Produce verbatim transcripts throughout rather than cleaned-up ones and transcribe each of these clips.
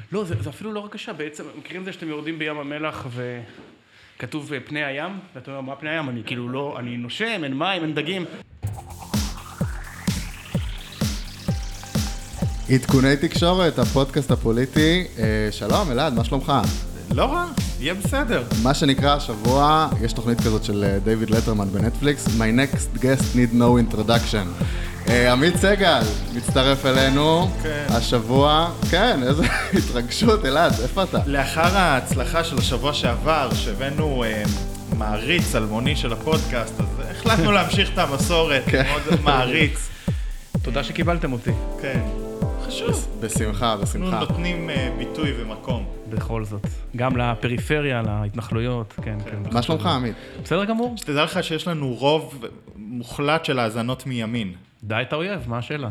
לא, זה, זה אפילו לא הרגשה, בעצם, מכירים זה שאתם יורדים בים המלח וכתוב פני הים, ואתה אומר, מה פני הים? אני כאילו לא, אני נושם, אין מים, אין דגים. עדכוני תקשורת, הפודקאסט הפוליטי. שלום, אלעד, מה שלומך? לא רע, יהיה בסדר. מה שנקרא השבוע, יש תוכנית כזאת של דיוויד לטרמן בנטפליקס, My next guest need no introduction. עמית סגל מצטרף אלינו השבוע. כן, איזו התרגשות, אלעד, איפה אתה? לאחר ההצלחה של השבוע שעבר, שהבאנו מעריץ אלמוני של הפודקאסט, אז החלטנו להמשיך את המסורת, מאוד מעריץ. תודה שקיבלתם אותי. כן. חשוב. בשמחה, בשמחה. אנחנו נותנים ביטוי ומקום. בכל זאת. גם לפריפריה, להתנחלויות, כן, כן. מה שלומך, עמית? בסדר גמור. שתדע לך שיש לנו רוב מוחלט של האזנות מימין. די את האויב, מה השאלה?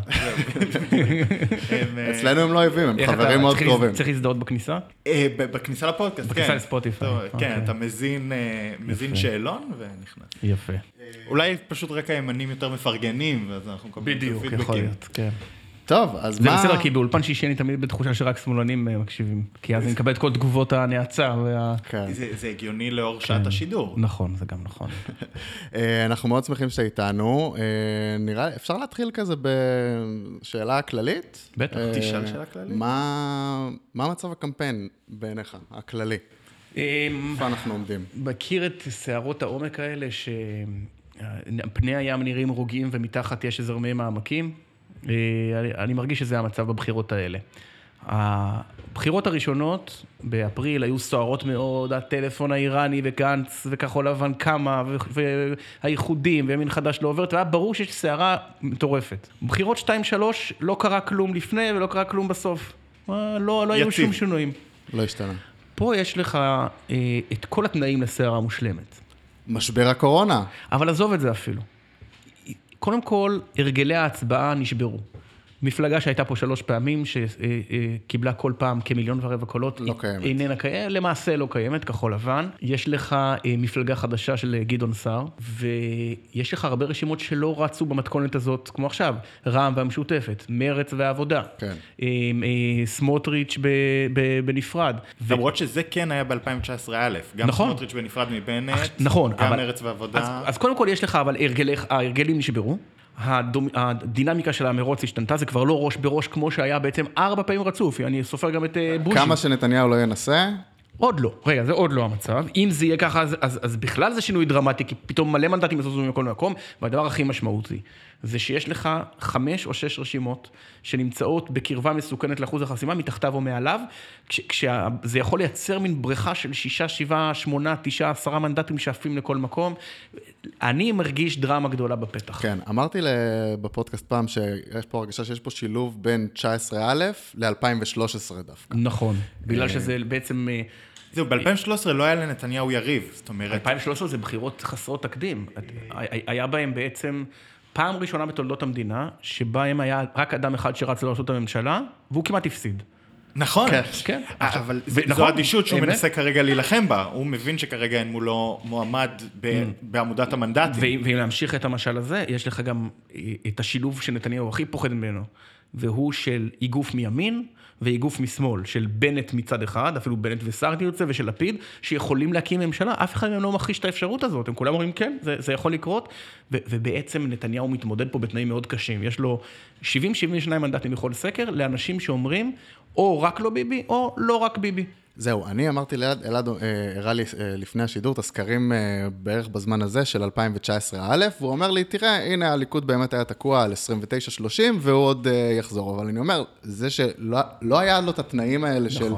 אצלנו הם לא אוהבים, הם חברים מאוד קרובים. צריך להזדהות בכניסה? בכניסה לפודקאסט, כן. בכניסה לספוטיפיי. כן, אתה מזין שאלון ונכנס. יפה. אולי פשוט רק הימנים יותר מפרגנים, ואז אנחנו מקבלים בדיוק, יכול להיות, כן. טוב, אז זה מה... זה בסדר, כי באולפן שישי אני תמיד בתחושה שרק שמאלנים מקשיבים. כי אז אני מקבל את כל תגובות הנאצה. וה... כן. זה, זה הגיוני לאור שעת השידור. נכון, זה גם נכון. אנחנו מאוד שמחים שאתה איתנו. נראה, אפשר להתחיל כזה בשאלה כללית? בטח. תשאל שאלה כללית. מה, מה מצב הקמפיין בעיניך, הכללי? איפה אנחנו עומדים? מכיר את שערות העומק האלה, שפני הים נראים רוגעים ומתחת יש זרמי מעמקים? אני מרגיש שזה המצב בבחירות האלה. הבחירות הראשונות באפריל היו סוערות מאוד, הטלפון האיראני וגנץ וכחול לבן קמה והייחודים וימין חדש לא עוברת, והיה ברור שיש סערה מטורפת. בחירות שתיים שלוש לא קרה כלום לפני ולא קרה כלום בסוף. לא, לא היו שום שינויים. לא השתנה. פה יש לך אה, את כל התנאים לסערה מושלמת. משבר הקורונה. אבל עזוב את זה אפילו. קודם כל, הרגלי ההצבעה נשברו. מפלגה שהייתה פה שלוש פעמים, שקיבלה כל פעם כמיליון ורבע קולות, לא קיימת. איננה קיימת, למעשה לא קיימת, כחול לבן. יש לך מפלגה חדשה של גדעון סער, ויש לך הרבה רשימות שלא רצו במתכונת הזאת, כמו עכשיו, רע"מ והמשותפת, מרץ והעבודה, כן. סמוטריץ' בנפרד. למרות שזה כן היה ב-אלפיים תשע עשרה א', גם נכון. סמוטריץ' בנפרד מבנט, נכון, גם אבל... מרץ והעבודה. אז, אז קודם כל יש לך, אבל הרגלי, ההרגלים נשברו. הדומ... הדינמיקה של המרוץ השתנתה, זה כבר לא ראש בראש כמו שהיה בעצם ארבע פעמים רצוף, אני סופר גם את בוז'י. כמה שנתניהו לא ינסה? עוד לא, רגע, זה עוד לא המצב. אם זה יהיה ככה, אז, אז, אז בכלל זה שינוי דרמטי, כי פתאום מלא מנדטים יסוסו מכל מקום, והדבר הכי משמעותי, זה שיש לך חמש או שש רשימות שנמצאות בקרבה מסוכנת לאחוז החסימה, מתחתיו או מעליו, כש, כשזה יכול לייצר מין בריכה של שישה, שבעה, שמונה, תשעה, עשרה מנדטים שאפים לכל מקום. אני מרגיש דרמה גדולה בפתח. כן, אמרתי בפודקאסט פעם שיש פה הרגשה שיש פה שילוב בין תשע עשרה א' ל-אלפיים ושלוש עשרה דווקא. נכון, בגלל שזה בעצם... זהו, ב-אלפיים ושלוש עשרה לא היה לנתניהו יריב, זאת אומרת... אלפיים ושלוש עשרה זה בחירות חסרות תקדים. היה בהם בעצם פעם ראשונה בתולדות המדינה, שבהם היה רק אדם אחד שרץ לראשות הממשלה, והוא כמעט הפסיד. נכון, כן. אבל זו אדישות שהוא מנסה כרגע להילחם בה, הוא מבין שכרגע אין מולו מועמד בעמודת המנדטים. ואם להמשיך את המשל הזה, יש לך גם את השילוב שנתניהו הכי פוחד ממנו, והוא של איגוף מימין ואיגוף משמאל, של בנט מצד אחד, אפילו בנט וסער יוצא, ושל לפיד, שיכולים להקים ממשלה, אף אחד מהם לא מכחיש את האפשרות הזאת, הם כולם אומרים כן, זה, זה יכול לקרות, ו, ובעצם נתניהו מתמודד פה בתנאים מאוד קשים, יש לו שבעים שבעים ושניים מנדטים בכל סקר, לאנשים שאומרים, או רק לא ביבי, או לא רק ביבי. זהו, אני אמרתי לאלעד, אלעד הראה לי לפני השידור, את הסקרים בערך בזמן הזה של אלפיים תשע עשרה א', והוא אומר לי, תראה, הנה הליכוד באמת היה תקוע על עשרים ותשע שלושים, והוא עוד יחזור. אבל אני אומר, זה שלא לא היה לו את התנאים האלה של,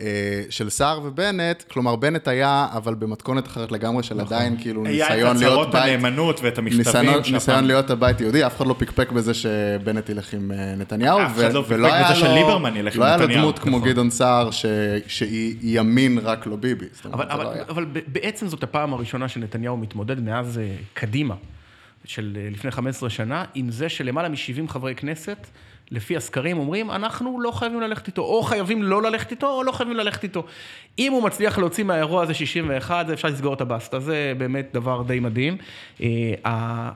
של סער ובנט, כלומר, בנט היה, אבל במתכונת אחרת לגמרי של עדיין, כאילו, ניסיון להיות בית... היה את הצהרות הנאמנות ואת המכתבים. ניסיון להיות הבית יהודי, אף אחד לא פקפק בזה שבנט ילך עם נתניהו, אף אחד לא פקפק בזה של ליברמן ילך עם נתניהו. לא היה לו דמות כמו גדעון סער, שהיא ימין רק לא ביבי. אבל, אבל, לא אבל בעצם זאת הפעם הראשונה שנתניהו מתמודד מאז קדימה, של לפני חמש עשרה שנה, עם זה שלמעלה מ-שבעים חברי כנסת, לפי הסקרים אומרים, אנחנו לא חייבים ללכת איתו, או חייבים לא ללכת איתו, או לא חייבים ללכת איתו. אם הוא מצליח להוציא מהאירוע הזה שישים ואחת, אפשר לסגור את הבסטה, זה באמת דבר די מדהים.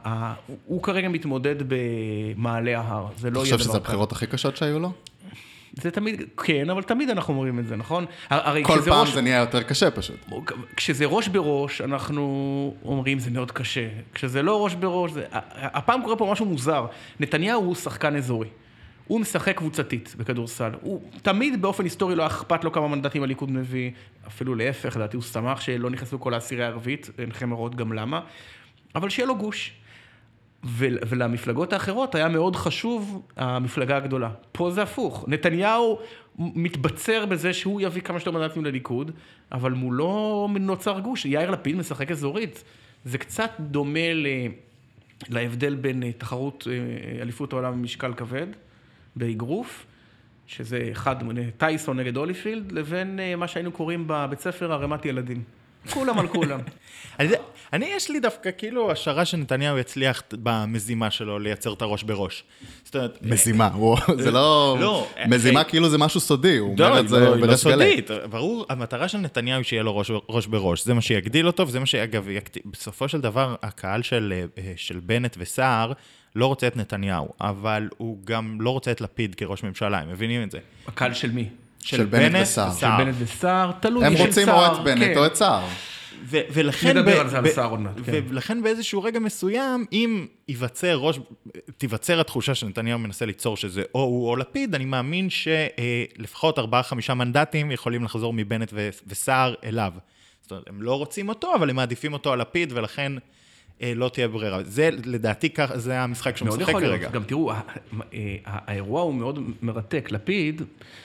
הוא כרגע מתמודד במעלה ההר. אתה חושב שזה הבחירות הכי קשות שהיו לו? זה תמיד, כן, אבל תמיד אנחנו אומרים את זה, נכון? כל פעם ראש... זה נהיה יותר קשה פשוט. כשזה ראש בראש, אנחנו אומרים זה מאוד קשה. כשזה לא ראש בראש, זה... הפעם קורה פה משהו מוזר. נתניהו הוא שחקן אזורי. הוא משחק קבוצתית בכדורסל. הוא תמיד באופן היסטורי לא אכפת לו כמה מנדטים הליכוד מביא, אפילו להפך, לדעתי הוא שמח שלא נכנסו כל העשירי הערבית, אינכם מראות גם למה, אבל שיהיה לו גוש. ולמפלגות האחרות היה מאוד חשוב המפלגה הגדולה. פה זה הפוך. נתניהו מתבצר בזה שהוא יביא כמה שיותר מנדטים לליכוד, אבל מולו נוצר גוש. יאיר לפיד משחק אזורית. זה קצת דומה ל... להבדל בין תחרות אליפות העולם במשקל כבד, באגרוף, שזה אחד, טייסון נגד הוליפילד, לבין מה שהיינו קוראים בבית ספר ערימת ילדים. כולם על כולם. אני, יש לי דווקא כאילו השערה שנתניהו יצליח במזימה שלו לייצר את הראש בראש. מזימה, זה לא... מזימה כאילו זה משהו סודי, הוא אומר את זה בריש גלי. לא סודית, ברור, המטרה של נתניהו היא שיהיה לו ראש בראש. זה מה שיגדיל אותו, וזה מה שאגב, בסופו של דבר, הקהל של בנט וסער לא רוצה את נתניהו, אבל הוא גם לא רוצה את לפיד כראש ממשלה, הם מבינים את זה. הקהל של מי? של בנט וסער. של בנט וסער, תלוי. הם רוצים או את בנט או את סער. נדבר על זה על סער עוד מעט. ולכן באיזשהו רגע מסוים, אם ייווצר ראש, תיווצר התחושה שנתניהו מנסה ליצור שזה או הוא או לפיד, אני מאמין שלפחות ארבעה, חמישה מנדטים יכולים לחזור מבנט וסער אליו. זאת אומרת, הם לא רוצים אותו, אבל הם מעדיפים אותו על לפיד, ולכן לא תהיה ברירה. זה, לדעתי, זה המשחק שהוא משחק כרגע. גם תראו, האירוע הוא מאוד מרתק. לפיד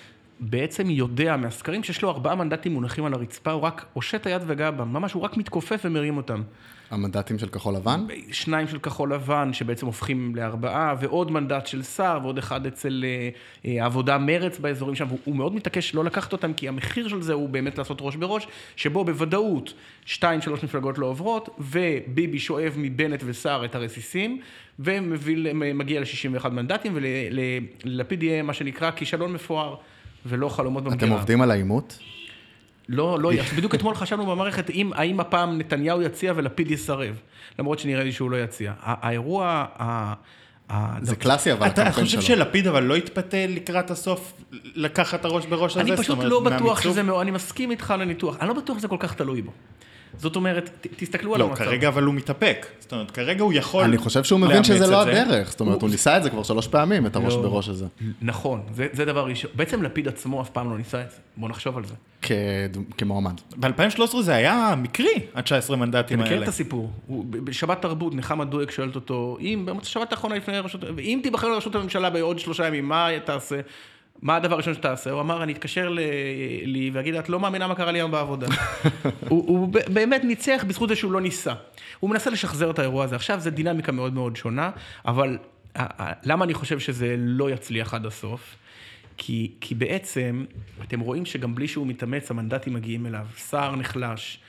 בעצם יודע מהסקרים שיש לו ארבעה מנדטים מונחים על הרצפה, הוא רק הושט היד וגע בם, ממש הוא רק מתכופף ומרים אותם. המנדטים של כחול לבן? שניים של כחול לבן, שבעצם הופכים לארבעה, ועוד מנדט של שר, ועוד אחד אצל אה, עבודה מרץ באזורים שם, הוא, הוא מאוד מתעקש לא לקחת אותם, כי המחיר של זה הוא באמת לעשות ראש בראש, שבו בוודאות שתיים, שלוש מפלגות לא עוברות, וביבי שואב מבנט ושר את הרסיסים, ומגיע ל-שישים ואחד מנדטים, וללפיד יהיה מה שנקרא כישלון מפואר, ולא חלומות במגירה. אתם עובדים על האימות? לא, לא, בדיוק אתמול חשבנו במערכת, האם הפעם נתניהו יציע ולפיד יסרב, למרות שנראה לי שהוא לא יציע. האירוע... זה קלאסי, אבל הקמפיין שלו. אתה חושב שלפיד אבל לא יתפתה לקראת הסוף לקחת הראש בראש הזה? אני פשוט לא בטוח שזה מאוד, אני מסכים איתך לניתוח, אני לא בטוח שזה כל כך תלוי בו. זאת אומרת, תסתכלו על המצב. לא, כרגע אבל הוא מתאפק. זאת אומרת, כרגע הוא יכול... אני חושב שהוא מבין שזה לא הדרך. זאת אומרת, הוא ניסה את זה כבר שלוש פעמים, את הראש בראש הזה. נכון, זה דבר ראשון. בעצם לפיד עצמו אף פעם לא ניסה את זה. בוא נחשוב על זה. כמועמד. ב-אלפיים ושלוש עשרה זה היה מקרי, ה-תשע עשרה מנדטים האלה. אתה מכיר את הסיפור. בשבת תרבות, נחמה דואק שואלת אותו, אם, בשבת האחרונה לפני רשות, אם תיבחר לראשות הממשלה בעוד שלושה ימים, מה תעשה? מה הדבר הראשון שתעשה? הוא אמר, אני אתקשר לי ואגיד, את לא מאמינה מה קרה לי היום בעבודה. הוא באמת ניצח בזכות זה שהוא לא ניסה. הוא מנסה לשחזר את האירוע הזה. עכשיו, זו דינמיקה מאוד מאוד שונה, אבל למה אני חושב שזה לא יצליח עד הסוף? כי, כי בעצם, אתם רואים שגם בלי שהוא מתאמץ, המנדטים מגיעים אליו. סער נחלש,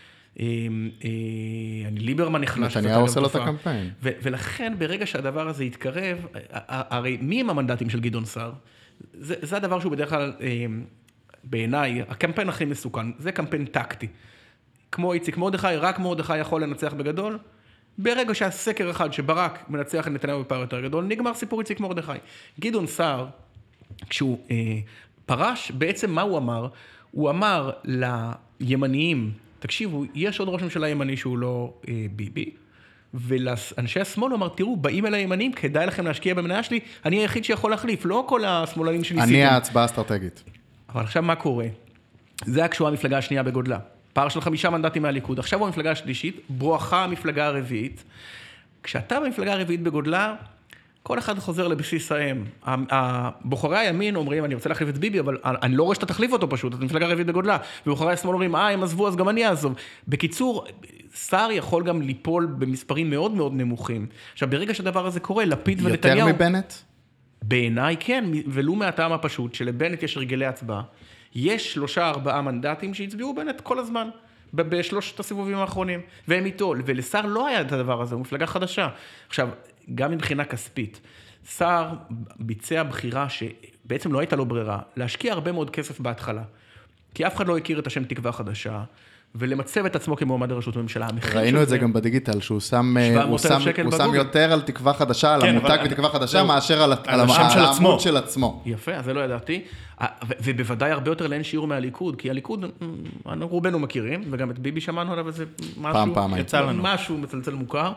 ליברמן נחלש. נתניהו עושה לו את הקמפיין. ולכן, ברגע שהדבר הזה יתקרב, הרי מי הם המנדטים של גדעון סער? זה, זה הדבר שהוא בדרך כלל, בעיניי, הקמפיין הכי מסוכן, זה קמפיין טקטי. כמו איציק מרדכי, רק מרדכי יכול לנצח בגדול, ברגע שהסקר אחד שברק מנצח את נתניהו בפער יותר גדול, נגמר סיפור איציק מרדכי. גדעון סער, כשהוא אה, פרש, בעצם מה הוא אמר? הוא אמר לימניים, תקשיבו, יש עוד ראש ממשלה ימני שהוא לא אה, ביבי, ולאנשי השמאל הוא אמר, תראו, באים אל הימנים, כדאי לכם להשקיע במניה שלי, אני היחיד שיכול להחליף, לא כל השמאלנים שניסיתם. אני ההצבעה האסטרטגית. אבל עכשיו מה קורה? זה היה כשהוא המפלגה השנייה בגודלה. פער של חמישה מנדטים מהליכוד. עכשיו הוא המפלגה השלישית, ברואכה המפלגה הרביעית. כשאתה במפלגה הרביעית בגודלה, כל אחד חוזר לבסיס האם. בוחרי הימין אומרים, אני רוצה להחליף את ביבי, אבל אני לא רואה שאתה תחליף אותו פשוט, את מפלגה הרביעית בגודלה. ובוחרי השמאל אומרים, אה, הם עזבו, אז גם אני אעזוב. בקיצור, סער יכול גם ליפול במספרים מאוד מאוד נמוכים. עכשיו, ברגע שהדבר הזה קורה, לפיד ונתניהו... יותר מבנט? בעיניי כן, ולו מהטעם הפשוט, שלבנט יש רגלי הצבעה. יש שלושה, ארבעה מנדטים שהצביעו בנט כל הזמן, בשלושת הסיבובים האחרונים, והם איתו, ולסער לא היה את הדבר הזה, הוא מפלגה חדשה. עכשיו, גם מבחינה כספית, סער ביצע בחירה שבעצם לא הייתה לו ברירה, להשקיע הרבה מאוד כסף בהתחלה, כי אף אחד לא הכיר את השם תקווה חדשה, ולמצב את עצמו כמועמד לראשות הממשלה. ראינו את זה גם בדיגיטל, שהוא שם שם יותר על תקווה חדשה, על המותג ותקווה חדשה, מאשר על העמוד של עצמו. יפה, אז זה לא ידעתי. ובוודאי הרבה יותר לאין שיעור מהליכוד, כי הליכוד, רובנו מכירים, וגם את ביבי שמענו עליו, וזה משהו מצלצל מוכר,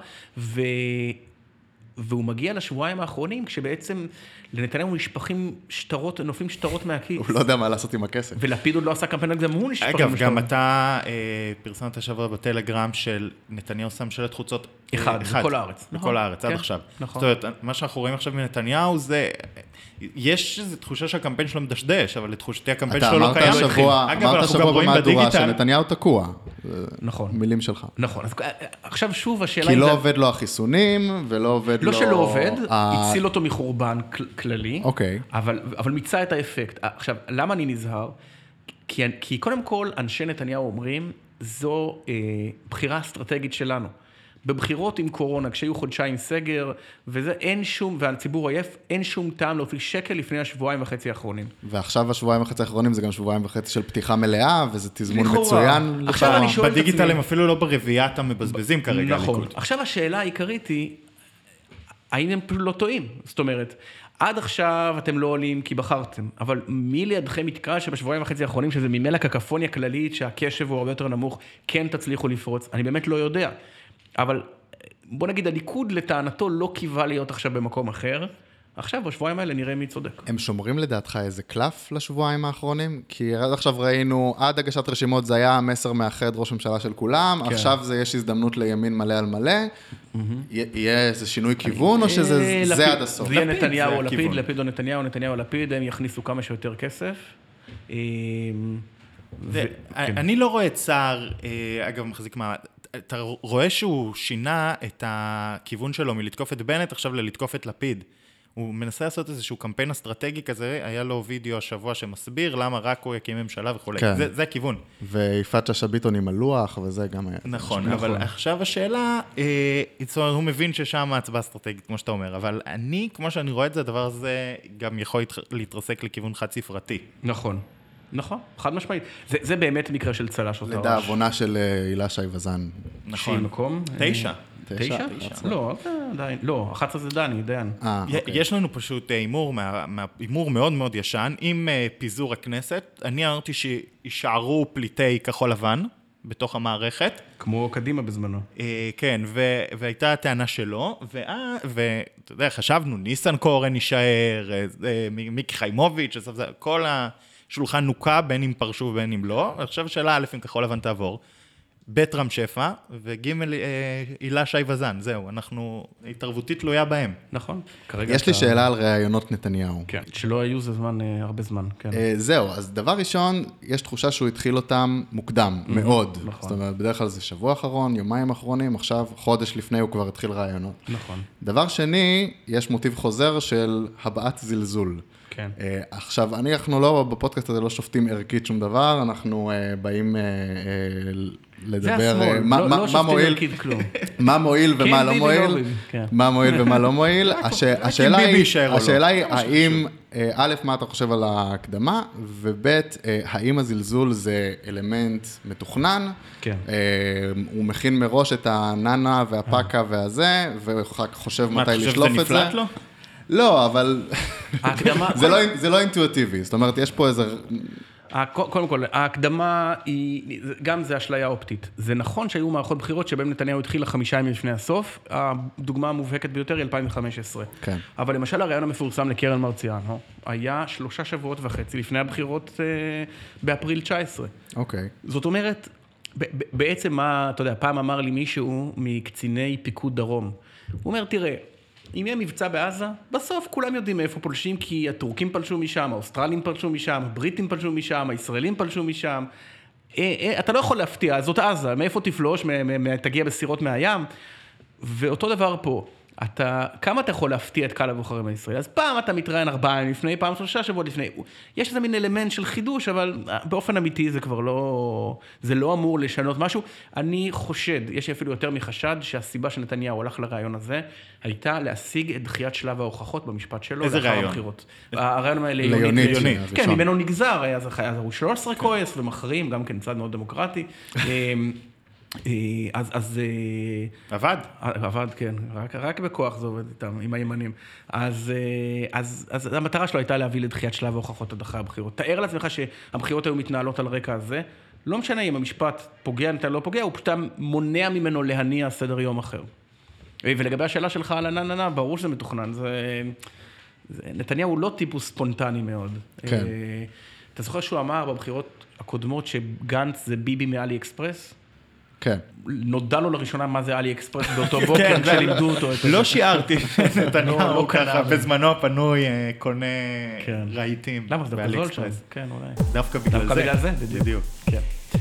והוא מגיע לשבועיים האחרונים, כשבעצם לנתניהו נשפכים שטרות, נופלים שטרות מהכיס. הוא לא יודע מה לעשות עם הכסף. ולפיד עוד לא עשה קמפיין גם הוא נשפכים שטרות. אגב, גם אתה פרסמת השבוע בטלגרם של נתניהו שם שלט חוצות. אחד, בכל הארץ. בכל הארץ, עד עכשיו. זאת אומרת, מה שאנחנו רואים עכשיו מנתניהו זה, יש איזו תחושה שהקמפיין שלו מדשדש, אבל לתחושתי הקמפיין שלו לא קיים. אמרת שבוע במהדורה שנתניהו תקוע. נכון. מילים שלך. נכון. עכשיו שוב השאלה... כי לא עובד לו החיסונים, ולא עובד לו... לא שלא עובד, הציל אותו מחורבן כללי, אוקיי. אבל, אבל מיצה את האפקט. עכשיו, למה אני נזהר? כי, כי קודם כל, אנשי נתניהו אומרים, זו אה, בחירה אסטרטגית שלנו. בבחירות עם קורונה, כשהיו חודשיים סגר, וזה אין שום, והציבור עייף, אין שום טעם להוציא שקל לפני השבועיים וחצי האחרונים. ועכשיו השבועיים וחצי האחרונים זה גם שבועיים וחצי של פתיחה מלאה, וזה תזמון מצוין. עכשיו אני שואל את עצמי... בדיגיטל הם אפילו לא ברביעיית המבזבזים כרגע. נכון. עכשיו השאלה העיקרית היא, האם הם פשוט לא טועים? זאת אומרת, עד עכשיו אתם לא עולים כי בחרתם, אבל מי לידכם יתקרא שבשבועיים וחצי האחרונים, שזה ממילא קקפוניה כללית, שהקשב הוא הרבה יותר נמוך, כן תצליחו לפרוץ? אני באמת לא יודע. אבל בוא נגיד, הליכוד לטענתו לא קיווה להיות עכשיו במקום אחר. עכשיו, בשבועיים האלה נראה מי צודק. הם שומרים לדעתך איזה קלף לשבועיים האחרונים? כי עד עכשיו ראינו, עד הגשת רשימות זה היה מסר מאחד ראש ממשלה של כולם, כן. עכשיו זה יש הזדמנות לימין מלא על מלא, mm-hmm. יהיה איזה שינוי כיוון, או שזה לפיד, זה עד הסוף? זה יהיה נתניהו או לפיד, לפיד או נתניהו, נתניהו או לפיד, הם יכניסו כמה שיותר כסף. ו... אני לא רואה צער, אגב, מחזיק מה... אתה רואה שהוא שינה את הכיוון שלו מלתקוף את בנט, עכשיו ללתקוף את לפיד. הוא מנסה לעשות איזשהו קמפיין אסטרטגי כזה, היה לו וידאו השבוע שמסביר למה רק הוא יקים ממשלה וכו'. כן. זה, זה הכיוון. ויפעת שאשא ביטון עם הלוח, וזה גם היה... נכון, אבל נכון. עכשיו השאלה, אה, הוא מבין ששם ההצבעה אסטרטגית, כמו שאתה אומר, אבל אני, כמו שאני רואה את זה, הדבר הזה גם יכול להתרסק לכיוון חד ספרתי. נכון. נכון, חד משמעית. זה, זה באמת מקרה של צלש אותה ראש. לדאבונה של הילה שי וזן. נכון. שהיא מקום? תשע. תשע? לא, עדיין, לא, אחת עשרה זה דני, דיין. יש לנו פשוט אימור, אימור מאוד מאוד ישן, עם פיזור הכנסת, אני אמרתי שישארו פליטי כחול לבן, בתוך המערכת. כמו קדימה בזמנו. כן, והייתה הטענה שלו, ואתה יודע, חשבנו, ניסנקורן יישאר, מיקי חיימוביץ', כל השולחן נוקה, בין אם פרשו ובין אם לא. עכשיו שאלה א' אם כחול לבן תעבור. ב' רם שפע, וג' הילה שי וזן, זהו, אנחנו, התערבותית תלויה בהם. נכון. יש לי שאלה על ראיונות נתניהו. כן, שלא היו זה זמן, הרבה זמן, כן. זהו, אז דבר ראשון, יש תחושה שהוא התחיל אותם מוקדם, מאוד. זאת אומרת, בדרך כלל זה שבוע אחרון, יומיים אחרונים, עכשיו חודש לפני הוא כבר התחיל ראיונות. נכון. דבר שני, יש מוטיב חוזר של הבעת זלזול. כן. עכשיו, אנחנו לא, בפודקאסט הזה לא שופטים ערכית שום דבר, אנחנו באים לדבר, מה מועיל, מה מועיל ומה לא מועיל, מה מועיל ומה לא מועיל. השאלה היא, האם, א', מה אתה חושב על ההקדמה, וב', האם הזלזול זה אלמנט מתוכנן, הוא מכין מראש את הננה והפקה והזה, וחושב מתי לשלוף את זה. מה, אתה חושב זה נפלט לו? לא, אבל זה לא אינטואיטיבי, זאת אומרת, יש פה איזה... קודם כל, ההקדמה היא, גם זה אשליה אופטית. זה נכון שהיו מערכות בחירות שבהם נתניהו התחיל לחמישה ימים לפני הסוף, הדוגמה המובהקת ביותר היא אלפיים וחמש עשרה. כן. אבל למשל הרעיון המפורסם לקרן מרציאנו, היה שלושה שבועות וחצי לפני הבחירות באפריל תשע עשרה. אוקיי. זאת אומרת, בעצם מה, אתה יודע, פעם אמר לי מישהו מקציני פיקוד דרום, הוא אומר, תראה, אם יהיה מבצע בעזה, בסוף כולם יודעים מאיפה פולשים, כי הטורקים פלשו משם, האוסטרלים פלשו משם, הבריטים פלשו משם, הישראלים פלשו משם. אתה לא יכול להפתיע, זאת עזה, מאיפה תפלוש, תגיע בסירות מהים. ואותו דבר פה. אתה, כמה אתה יכול להפתיע את קהל הבוחרים הישראלי? אז פעם אתה מתראיין ארבעה ימים לפני, פעם שלושה שבועות לפני. יש איזה מין אלמנט של חידוש, אבל באופן אמיתי זה כבר לא, זה לא אמור לשנות משהו. אני חושד, יש אפילו יותר מחשד, שהסיבה שנתניהו הלך לרעיון הזה, הייתה להשיג את דחיית שלב ההוכחות במשפט שלו. איזה רעיון? הבחירות. הרעיון האלה ליונית. כן, ממנו נגזר, היה הוא שלוש עשרה כועס ומחרים, גם כן צד מאוד דמוקרטי. אז, אז... עבד. עבד, כן. רק, רק בכוח זה עובד איתם, עם הימנים. אז, אז, אז המטרה שלו הייתה להביא לדחיית שלב ההוכחות עד אחרי הבחירות. תאר לעצמך שהבחירות היו מתנהלות על רקע הזה, לא משנה אם המשפט פוגע, נתן לא פוגע, הוא פשוט מונע ממנו להניע סדר יום אחר. ולגבי השאלה שלך על הננה, ברור שזה מתוכנן. זה, זה, נתניהו הוא לא טיפוס ספונטני מאוד. כן. אתה זוכר שהוא אמר בבחירות הקודמות שגנץ זה ביבי מאלי אקספרס? כן. נודע לו לראשונה מה זה אלי אקספרס באותו בוקר, כשלימדו אותו. לא שיערתי שנתניהו ככה, בזמנו הפנוי קונה רהיטים. למה? זה בזול שם? כן, אולי. דווקא בגלל זה. דווקא בגלל זה, בדיוק. כן.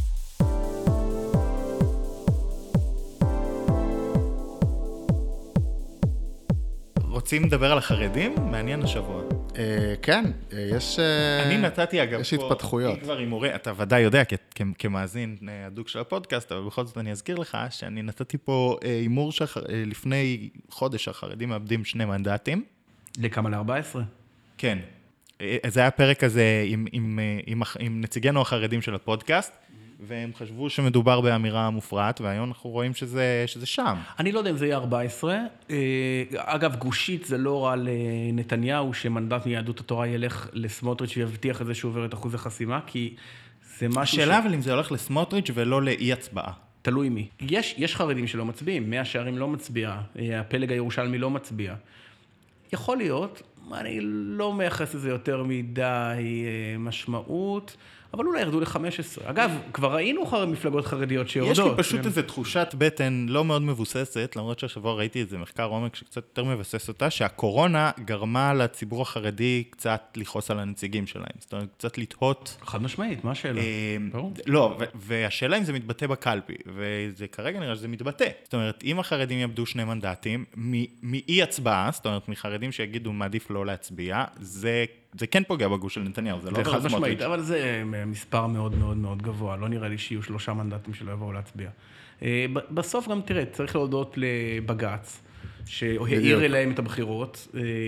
רוצים לדבר על החרדים? מעניין השבוע. כן, יש אני נתתי אגב, יש התפתחויות. כבר עם הורי, אתה ודאי יודע, כמאזין הדוק של הפודקאסט, אבל בכל זאת אני אזכיר לך, שאני נתתי פה אימור לפני חודש, החרדים מאבדים שני מנדטים. לכמה? ל-ארבע עשרה? כן. זה היה פרק הזה עם, עם, עם, עם נציגינו החרדים של הפודקאסט, והם חשבו שמדובר באמירה מופרעת, והיום אנחנו רואים שזה, שזה שם. אני לא יודע אם זה יהיה ארבע עשרה. אגב, גושית זה לא רע לנתניהו, שמנדט מיהדות התורה ילך לסמוטריץ' ויבטיח את זה שהוא עובר את אחוז החסימה, כי זה משהו... השאלה אבל אם זה הולך לסמוטריץ' ולא לאי הצבעה. תלוי מי. יש, יש חרדים שלא מצביעים, מאה שערים לא מצביע, הפלג הירושלמי לא מצביע. יכול להיות, אני לא מייחס לזה יותר מדי משמעות, אבל אולי ירדו ל-חמש עשרה. אגב, כבר ראינו אחרי מפלגות חרדיות שיורדות. יש לי פשוט איזו תחושת בטן לא מאוד מבוססת, למרות שהשבוע ראיתי איזה מחקר עומק שקצת יותר מבסס אותה, שהקורונה גרמה לציבור החרדי קצת לכעוס על הנציגים שלהם. זאת אומרת, קצת לתהות. חד משמעית, מה השאלה? לא, והשאלה אם זה מתבטא בקלפי, וזה כרגע נראה שזה מתבטא. זאת אומרת, אם החרדים יאבדו שני מנדטים, מאי הצבעה, זאת אומרת, מחרדים שיגידו מעדיף לא להצביע, זה זה כן פוגע בגוש של נתניהו, זה לא עובר חד משמעית, אבל זה מספר מאוד מאוד מאוד גבוה, לא נראה לי שיהיו שלושה מנדטים שלא יבואו להצביע. בסוף גם תראה, צריך להודות לבג"ץ, שהעיר אליהם את הבחירות,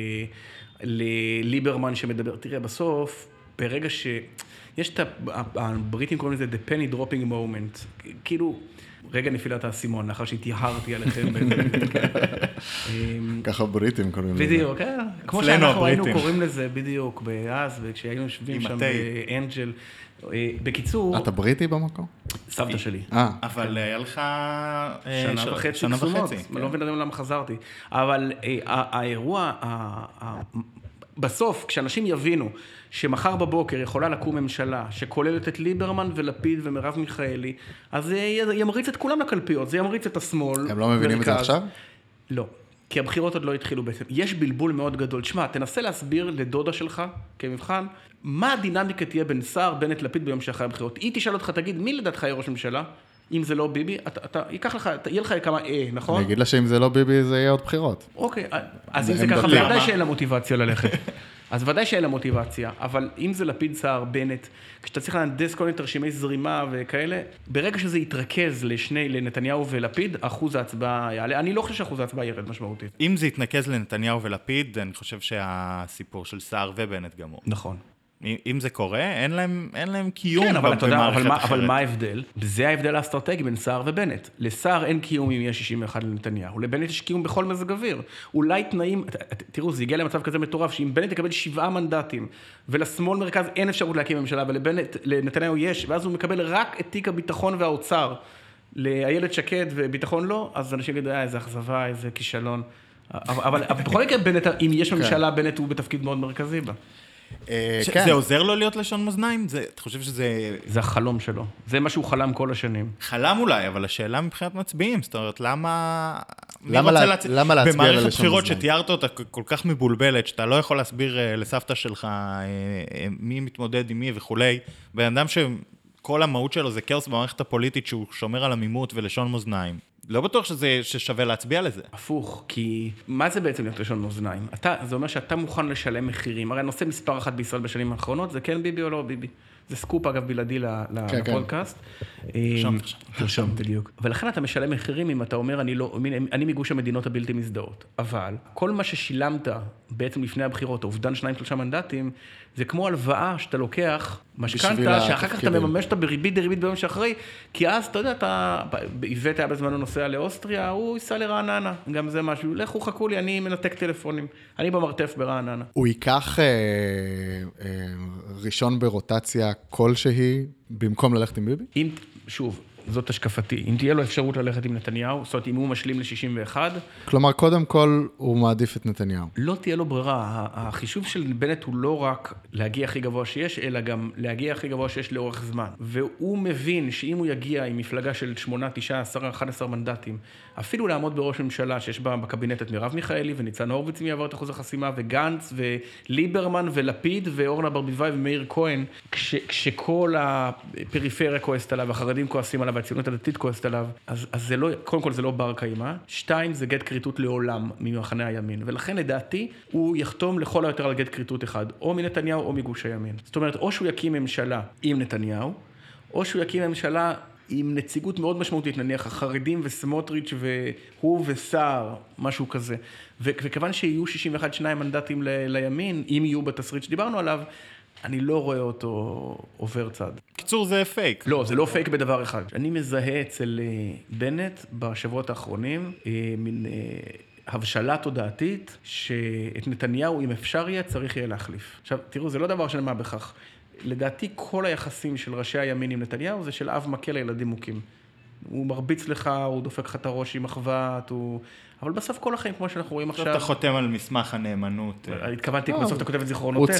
לליברמן שמדבר, תראה, בסוף, ברגע ש... יש את הבריטים קוראים לזה the penny dropping moment, כאילו... רגע נפילת האסימון, לאחר שהתייהרתי עליכם. ככה בריטים קוראים לזה. בדיוק, כמו שאנחנו היינו קוראים לזה בדיוק, באז, וכשהיינו יושבים שם באנג'ל. בקיצור... אתה בריטי במקום? סבתא שלי. אבל היה לך... שנה וחצי קסומות. לא מבין למה חזרתי. אבל האירוע... בסוף, כשאנשים יבינו שמחר בבוקר יכולה לקום ממשלה שכוללת את ליברמן ולפיד ומרב מיכאלי, אז זה ימריץ את כולם לקלפיות, זה ימריץ את השמאל. הם לא מבינים את זה עכשיו? לא, כי הבחירות עוד לא התחילו בעצם. יש בלבול מאוד גדול. תשמע, תנסה להסביר לדודה שלך, כמבחן, מה הדינמיקה תהיה בין סער, בנט, לפיד ביום שאחרי הבחירות. היא תשאל אותך, תגיד, מי לדעתך יהיה ראש ממשלה? אם זה לא ביבי, אתה, אתה, ייקח לך, יהיה לך כמה אה, נכון? אני אגיד לה שאם זה לא ביבי, זה יהיה עוד בחירות. אוקיי, אז אם זה ככה, ודאי שאין לה מוטיבציה ללכת. אז ודאי שאין לה מוטיבציה, אבל אם זה לפיד, סער, בנט, כשאתה צריך להנדס כל מיני תרשימי זרימה וכאלה, ברגע שזה יתרכז לשני, לנתניהו ולפיד, אחוז ההצבעה יעלה. אני לא חושב שאחוז ההצבעה ירד משמעותית. אם זה יתנקז לנתניהו ולפיד, אני חושב שהסיפור של סער ובנט גמור. נכון. אם זה קורה, אין להם, אין להם קיום כן, אבל אתה יודע, אבל מה, אחרת. אבל מה ההבדל? זה ההבדל האסטרטגי בין סער ובנט. לסער אין קיום אם יש שישים ואחת לנתניהו. לבנט יש קיום בכל מזג אוויר. אולי תנאים, תראו, זה הגיע למצב כזה מטורף, שאם בנט יקבל שבעה מנדטים, ולשמאל מרכז אין אפשרות להקים ממשלה, ולבנט, לנתניהו יש, ואז הוא מקבל רק את תיק הביטחון והאוצר, לאיילת שקד וביטחון לא, אז אנשים יגידו, איזה אכזבה, איזה כישלון. אבל בכל מקרה, בנט, אם יש ממשלה, בנט הוא בתפקיד מאוד מרכזי בה. זה עוזר לו להיות לשון מאזניים? אתה חושב שזה... זה החלום שלו. זה מה שהוא חלם כל השנים. חלם אולי, אבל השאלה מבחינת מצביעים, זאת אומרת, למה... למה להצביע ללשון מאזניים? במערכת בחירות שתיארת אותה כל כך מבולבלת, שאתה לא יכול להסביר לסבתא שלך מי מתמודד עם מי וכולי, בן אדם שכל המהות שלו זה כאוס במערכת הפוליטית שהוא שומר על עמימות ולשון מאזניים. לא בטוח שזה, ששווה להצביע לזה. הפוך, כי מה זה בעצם להיות לשון מאזניים? אתה, זה אומר שאתה מוכן לשלם מחירים. הרי הנושא מספר אחת בישראל בשנים האחרונות, זה כן ביבי או לא ביבי. זה סקופ, אגב, בלעדי לפודקאסט. תרשום, תרשום, בדיוק. ולכן אתה משלם מחירים אם אתה אומר, אני לא, אני מגוש המדינות הבלתי מזדהות. אבל כל מה ששילמת בעצם לפני הבחירות, אובדן שניים, שלושה מנדטים, זה כמו הלוואה שאתה לוקח, משכנתה, שאחר כך אתה מממש אותה בריבית דריבית ביום שאחרי, כי אז, אתה יודע, אתה, איבט היה בזמנו נוסע לאוסטריה, הוא ייסע לרעננה, גם זה משהו, לכו חכו לי, אני מנתק טלפונים, אני במרתף ברעננה. הוא ייקח אה, אה, ראשון ברוטציה כלשהי, במקום ללכת עם ביבי? אם, שוב, זאת השקפתי, אם תהיה לו אפשרות ללכת עם נתניהו, זאת אומרת, אם הוא משלים ל-שישים ואחת, כלומר, קודם כל, הוא מעדיף את נתניהו. לא תהיה לו ברירה. החישוב של בנט הוא לא רק להגיע הכי גבוה שיש, אלא גם להגיע הכי גבוה שיש לאורך זמן. והוא מבין שאם הוא יגיע עם מפלגה של שמונה, תשע, עשרה, אחד עשר מנדטים, אפילו לעמוד בראש ממשלה שיש בה בקבינט את מרב מיכאלי וניצן הורוביץ מי יעבור את אחוז החסימה, וגנץ וליברמן ולפיד ואורנה ברביבאי ומאיר כהן, כש, כשכל הפריפריה כועסת עליו, החרדים כועסים עליו, והציונות הדתית כועסת עליו, אז, אז זה לא, קודם כל זה לא בר קיימא. שתיים, זה גט כריתות לעולם ממחנה הימין. ולכן, לדעתי, הוא יחתום לכל היותר על גט כריתות אחד, או מנתניהו או מגוש הימין. זאת אומרת, או שהוא יקים ממשלה עם נתניהו, או שהוא יקים ממשלה עם נציגות מאוד משמעותית, נניח החרדים וסמוטריץ' והוא וסער, משהו כזה. וכיוון שיהיו שישים ואחד שניים מנדטים ל- לימין, אם יהיו בתסריט שדיברנו עליו, אני לא רואה אותו עובר צד. קיצור, זה פייק. לא, זה לא פייק בדבר אחד. אני מזהה אצל בנט בשבועות האחרונים, מין הבשלה תודעתית, שאת נתניהו, אם אפשר יהיה, צריך יהיה להחליף. עכשיו, תראו, זה לא דבר של מה בכך. לדעתי, כל היחסים של ראשי הימין עם נתניהו, זה של אב מכה לילדים מוכים. הוא מרביץ לך, הוא דופק לך את הראש עם מחבת, הוא... אבל בסוף כל החיים, כמו שאנחנו רואים עכשיו... אתה חותם על מסמך הנאמנות. התכוונתי, כמו בסוף אתה כותב את זיכרונותיך.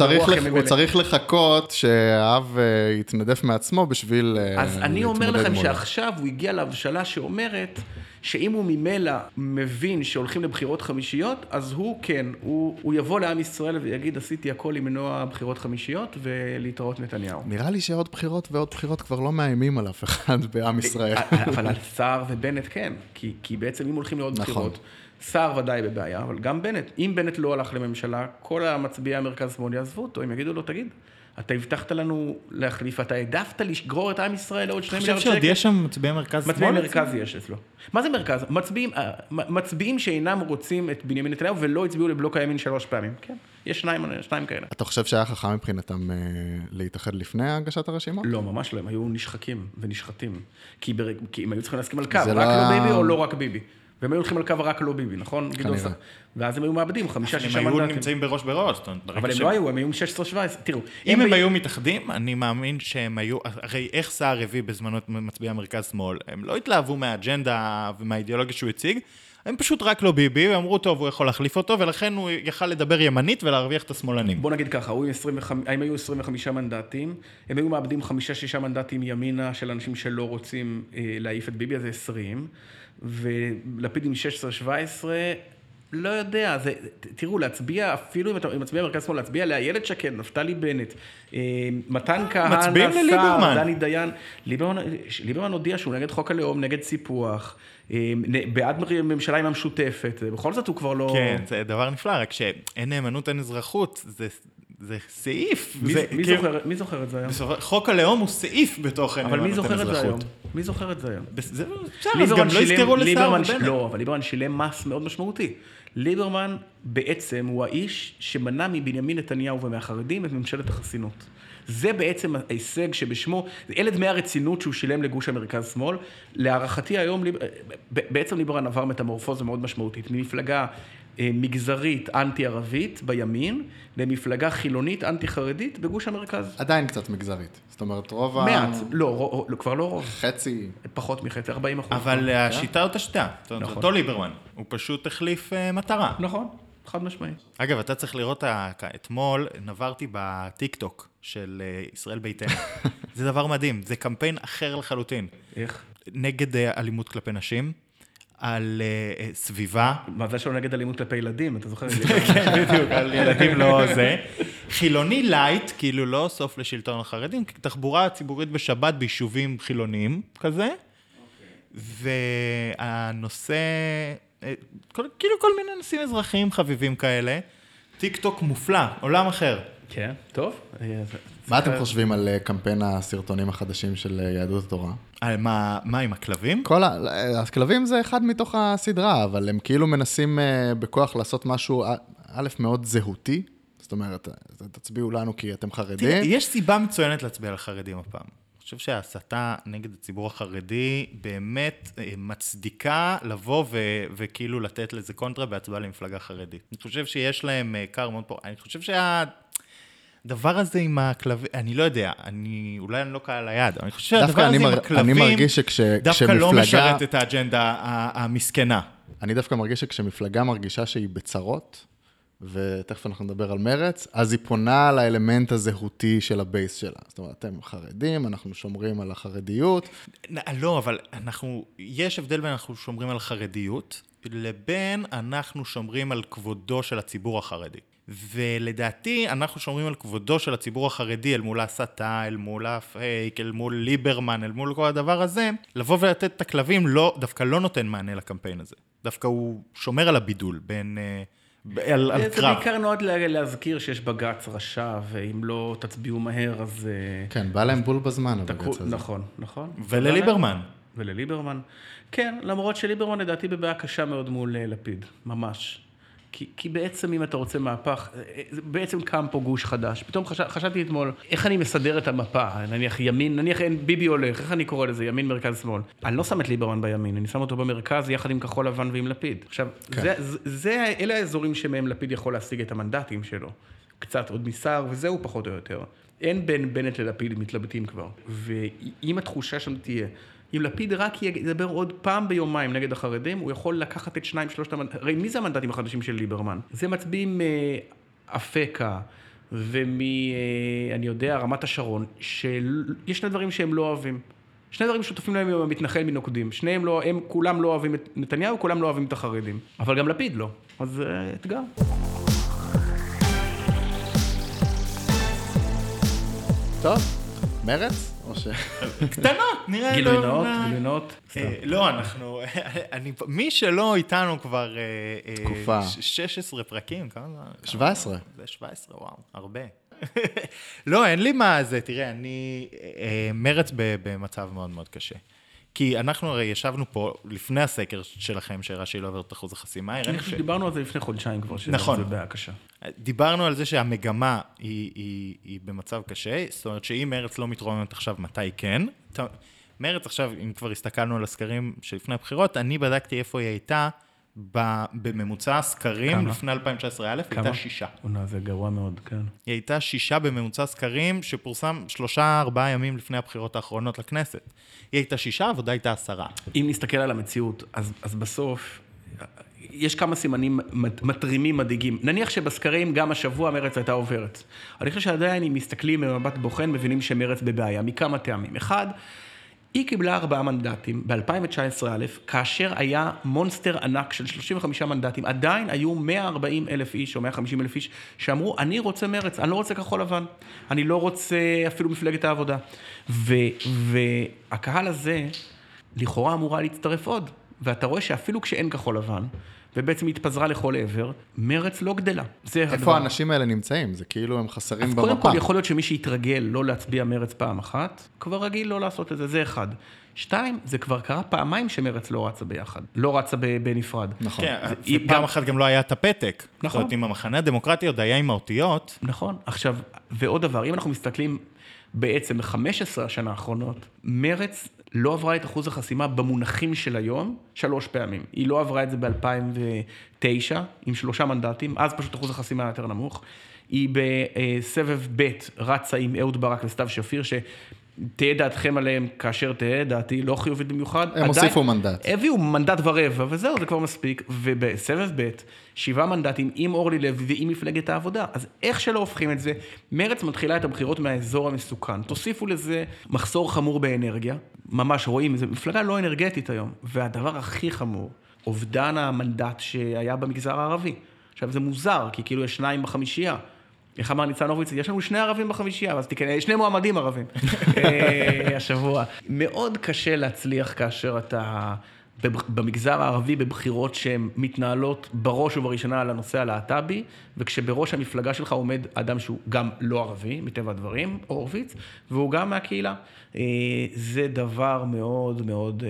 הוא צריך לחכות שהאב יתנדף מעצמו בשביל להתמודד מולו. אז אני אומר לכם שעכשיו הוא הגיע להבשלה שאומרת שאם הוא ממילא מבין שהולכים לבחירות חמישיות, אז הוא כן, הוא, הוא יבוא לעם ישראל ויגיד, עשיתי הכל למנוע בחירות חמישיות ולהתראות נתניהו. נראה לי שעוד בחירות ועוד בחירות כבר לא מאיימים על אף אחד בעם ישראל. אבל על סער ובנט כן, כי, כי בעצם אם הולכים לעוד בחירות, סער ודאי בבעיה, אבל גם בנט, אם בנט לא הלך לממשלה, כל המצביעי המרכז שמאל יעזבו אותו, הם יגידו לו, תגיד, אתה הבטחת לנו להחליף, אתה העדפת לשגרור את עם ישראל לעוד שני מיליארד שקל. חושב שעוד יש שם מצביעי מרכז שמאל? מצביעי מרכז יש אצלו. מה זה מרכז? מצביעים, מצביעים שאינם רוצים את בנימין נתניהו ולא הצביעו לבלוק הימין שלוש פעמים. כן, יש שניים, שניים כאלה. אתה חושב שהיה חכם מבחינתם להתאחד לפני הגשת הרשימות? לא, ממש לא, הם היו נשחקים ונשחטים. כי, בר... כי הם היו צריכים להסכים על קו, רק לא ביבי או לא רק ביבי. והם היו הולכים על קו רק לא ביבי, נכון? כנראה. ואז הם היו מאבדים, חמישה, שישה מנדטים. הם היו נמצאים בראש בראש. אבל הם לא היו, הם היו שש עשרה שבע עשרה. תראו. אם הם היו מתאחדים, אני מאמין שהם היו, הרי איך סער הביא בזמנו מצביעי המרכז שמאל, הם לא התלהבו מהאג'נדה ומהאידיאולוגיה שהוא הציג, הם פשוט רק לא ביבי, ואמרו טוב, הוא יכול להחליף אותו, ולכן הוא יכל לדבר ימנית ולהרוויח את השמאלנים. בוא נגיד ככה, הם היו עשרים וחמישה מנדטים, הם היו מאבדים חמישה, שישה מנדטים ימינה של אנשים שלא רוצים להעיף את ביבי, אז זה עשרים, ולפיד עם שש עשרה שבע עשרה, לא יודע, זה, תראו, להצביע, אפילו אם אתה מצביע מרכז שמאל, להצביע לאיילת שקד, נפתלי בנט, מתן כהנא, סער, דני דיין, ליברמן, ליברמן הודיע שהוא נגד חוק הלאום, נגד סיפוח, בעד ממשלה עם המשותפת, בכל זאת הוא כבר לא... כן, זה דבר נפלא, רק שאין נאמנות, אין אזרחות, זה... זה סעיף. מי, זה, מי, כאילו, זוכר, מי זוכר את זה היום? חוק הלאום הוא סעיף בתוך נאמנות אין אזרחות. אבל מי זוכר את זה היום? מי זוכר את זה היום? זה, אז גם לא יזכרו לסער ובנט. לא, אבל ליברמן שילם מס מאוד משמעותי. ליברמן בעצם הוא האיש שמנע מבנימין נתניהו ומהחרדים את ממשלת החסינות. זה בעצם ההישג שבשמו, אלה דמי הרצינות שהוא שילם לגוש המרכז שמאל. להערכתי היום, בעצם ליברמן עבר מטמורפוזה מאוד משמעותית, ממפלגה מגזרית אנטי-ערבית בימין, למפלגה חילונית אנטי-חרדית בגוש המרכז. עדיין קצת מגזרית. זאת אומרת, רוב ה... מעט, לא, כבר לא רוב. חצי. פחות מחצי, ארבעים אחוז. אבל השיטה אותה שיטה. זאת אומרת, אותו ליברמן. הוא פשוט החליף מטרה. נכון, חד משמעי. אגב, אתה צריך לראות, אתמול נברתי בטיק-טוק של ישראל ביתנו. זה דבר מדהים, זה קמפיין אחר לחלוטין. איך? נגד אלימות כלפי נשים. על uh, סביבה. מה זה שלא נגד אלימות כלפי ילדים, אתה זוכר? כן, בדיוק, על ילדים לא זה. חילוני לייט, כאילו לא סוף לשלטון החרדים, תחבורה ציבורית בשבת ביישובים חילוניים, כזה. והנושא, כאילו כל מיני נושאים אזרחיים חביבים כאלה, טיק טוק מופלא, עולם אחר. כן, טוב. מה אתם חושבים על קמפיין הסרטונים החדשים של יהדות התורה? על מה, מה עם הכלבים? כל ה... הכלבים זה אחד מתוך הסדרה, אבל הם כאילו מנסים בכוח לעשות משהו, א', מאוד זהותי, זאת אומרת, תצביעו לנו כי אתם חרדים. תראה, יש סיבה מצוינת להצביע לחרדים הפעם. אני חושב שההסתה נגד הציבור החרדי באמת מצדיקה לבוא ו- וכאילו לתת לזה קונטרה בהצבעה למפלגה חרדית. אני חושב שיש להם קר מאוד פה. אני חושב שהדבר הזה עם הכלבים, אני לא יודע, אני, אולי אני לא קהל היד, אבל אני חושב שהדבר הזה עם הכלבים דווקא לא משרת את האג'נדה המסכנה. אני דווקא מרגיש שכשמפלגה מרגישה שהיא בצרות, ותכף אנחנו נדבר על מרץ, אז היא פונה על האלמנט הזהותי של הבייס שלה. זאת אומרת, אתם חרדים, אנחנו שומרים על החרדיות. לא, אבל אנחנו, יש הבדל בין אנחנו שומרים על חרדיות, לבין אנחנו שומרים על כבודו של הציבור החרדי. ולדעתי, אנחנו שומרים על כבודו של הציבור החרדי, אל מול הסתה, אל מול הפייק, אל מול ליברמן, אל מול כל הדבר הזה, לבוא ולתת את הכלבים, לא, דווקא לא נותן מענה לקמפיין הזה. דווקא הוא שומר על הבידול בין... על, על זה קרב. בעיקר נועד להזכיר שיש בג"ץ רשע, ואם לא תצביעו מהר, אז... כן, בא להם בול בזמן, הבג"ץ הזה. נכון, נכון. ולליברמן. ולליברמן. כן, למרות שליברמן לדעתי בבעיה קשה מאוד מול לפיד, ממש. כי, כי בעצם אם אתה רוצה מהפך, בעצם קם פה גוש חדש. פתאום חש, חשבתי אתמול, איך אני מסדר את המפה? נניח ימין, נניח אין ביבי הולך, איך אני קורא לזה? ימין, מרכז, שמאל. אני לא שם את ליברמן בימין, אני שם אותו במרכז יחד עם כחול לבן ועם לפיד. עכשיו, כן. זה, זה, זה, אלה האזורים שמהם לפיד יכול להשיג את המנדטים שלו. קצת עוד מסער, וזהו פחות או יותר. אין בין בנט ללפיד מתלבטים כבר. ואם התחושה שם תהיה, אם לפיד רק ידבר עוד פעם ביומיים נגד החרדים, הוא יכול לקחת את שניים, שלושת המנדטים. הרי מי זה המנדטים החדשים של ליברמן? זה מצביעים אפקה ומ... אני יודע, רמת השרון, שיש שני דברים שהם לא אוהבים. שני דברים שותפים להם עם המתנחל מנוקדים. שניהם לא, הם כולם לא אוהבים את נתניהו, כולם לא אוהבים את החרדים. אבל גם לפיד לא. אז זה אתגר. טוב, מרץ? או ש... קטנות, נראה. גילוי נאות, גילוי נאות. לא, אנחנו, מי שלא איתנו כבר... תקופה. שש עשרה פרקים, כמה? שבע עשרה. זה שבע עשרה, וואו, הרבה. לא, אין לי מה זה, תראה, אני... מרץ במצב מאוד מאוד קשה. כי אנחנו הרי ישבנו פה לפני הסקר שלכם, שהראה שהיא לא עוברת את אחוז החסימה. אני חושב שדיברנו על זה לפני חודשיים כבר, שזה בעיה קשה. דיברנו על זה שהמגמה היא, היא, היא במצב קשה, זאת אומרת שאם מרץ לא מתרוממת עכשיו, מתי כן? מרץ עכשיו, אם כבר הסתכלנו על הסקרים שלפני הבחירות, אני בדקתי איפה היא הייתה בממוצע הסקרים לפני אלפיים תשע עשרה א', היא הייתה שישה. זה גרוע מאוד, כן. היא הייתה שישה בממוצע סקרים שפורסם שלושה, ארבעה ימים לפני הבחירות האחרונות לכנסת. היא הייתה שישה, העבודה הייתה עשרה. אם נסתכל על המציאות, אז, אז בסוף יש כמה סימנים מטרימים מדאיגים. נניח שבסקרים גם השבוע מרץ הייתה עוברת. אני חושב שעדיין אם מסתכלים במבט בוחן, מבינים שמרץ בבעיה, מכמה טעמים. אחד, היא קיבלה ארבעה מנדטים ב-אלפיים תשע עשרה א', כאשר היה מונסטר ענק של שלושים וחמישה מנדטים, עדיין היו מאה וארבעים אלף איש או מאה וחמישים אלף איש שאמרו, אני רוצה מרץ, אני לא רוצה כחול לבן, אני לא רוצה אפילו מפלגת העבודה. ו- והקהל הזה לכאורה אמורה להצטרף עוד, ואתה רואה שאפילו כשאין כחול לבן, ובעצם התפזרה לכל עבר, מרץ לא גדלה. איפה הדבר. האנשים האלה נמצאים? זה כאילו הם חסרים במפה. אז קודם כל יכול להיות שמי שיתרגל לא להצביע מרץ פעם אחת, כבר רגיל לא לעשות את זה, זה אחד. שתיים, זה כבר קרה פעמיים שמרץ לא רצה ביחד, לא רצה בנפרד. נכון. כן, זה, ופעם אחת גם לא היה את הפתק. נכון. זאת אומרת, עם המחנה הדמוקרטי עוד היה עם האותיות. נכון. עכשיו, ועוד דבר, אם אנחנו מסתכלים בעצם ב-חמש עשרה השנה האחרונות, מרץ לא עברה את אחוז החסימה במונחים של היום, שלוש פעמים. היא לא עברה את זה ב-אלפיים ותשע, עם שלושה מנדטים, אז פשוט אחוז החסימה יותר נמוך. היא בסבב ב' רצה עם אהוד ברק וסתיו שפיר, שתהיה דעתכם עליהם כאשר תהיה דעתי, לא חיובית במיוחד. הם הוסיפו מנדט. הביאו מנדט ורבע, וזהו, זה כבר מספיק. ובסבב ב' שבעה מנדטים עם אורלי לוי ועם מפלגת העבודה. אז איך שלא הופכים את זה, מרץ מתחילה את הבחירות מהאזור המסוכן. תוסיפו לזה מחסור חמור באנרגיה. ממש רואים, זו מפלגה לא אנרגטית היום. והדבר הכי חמור, אובדן המנדט שהיה במגזר הערבי. עכשיו זה מוזר, כי כאילו יש שניים בחמישייה. איך אמר ניצן הורוביץ, יש לנו שני ערבים בחמישייה, אז תקן, שני מועמדים ערבים השבוע. מאוד קשה להצליח כאשר אתה במגזר הערבי בבחירות שהן מתנהלות בראש ובראשונה על הנושא הלהט"בי, וכשבראש המפלגה שלך עומד אדם שהוא גם לא ערבי, מטבע הדברים, הורוביץ, והוא גם מהקהילה. זה דבר מאוד מאוד,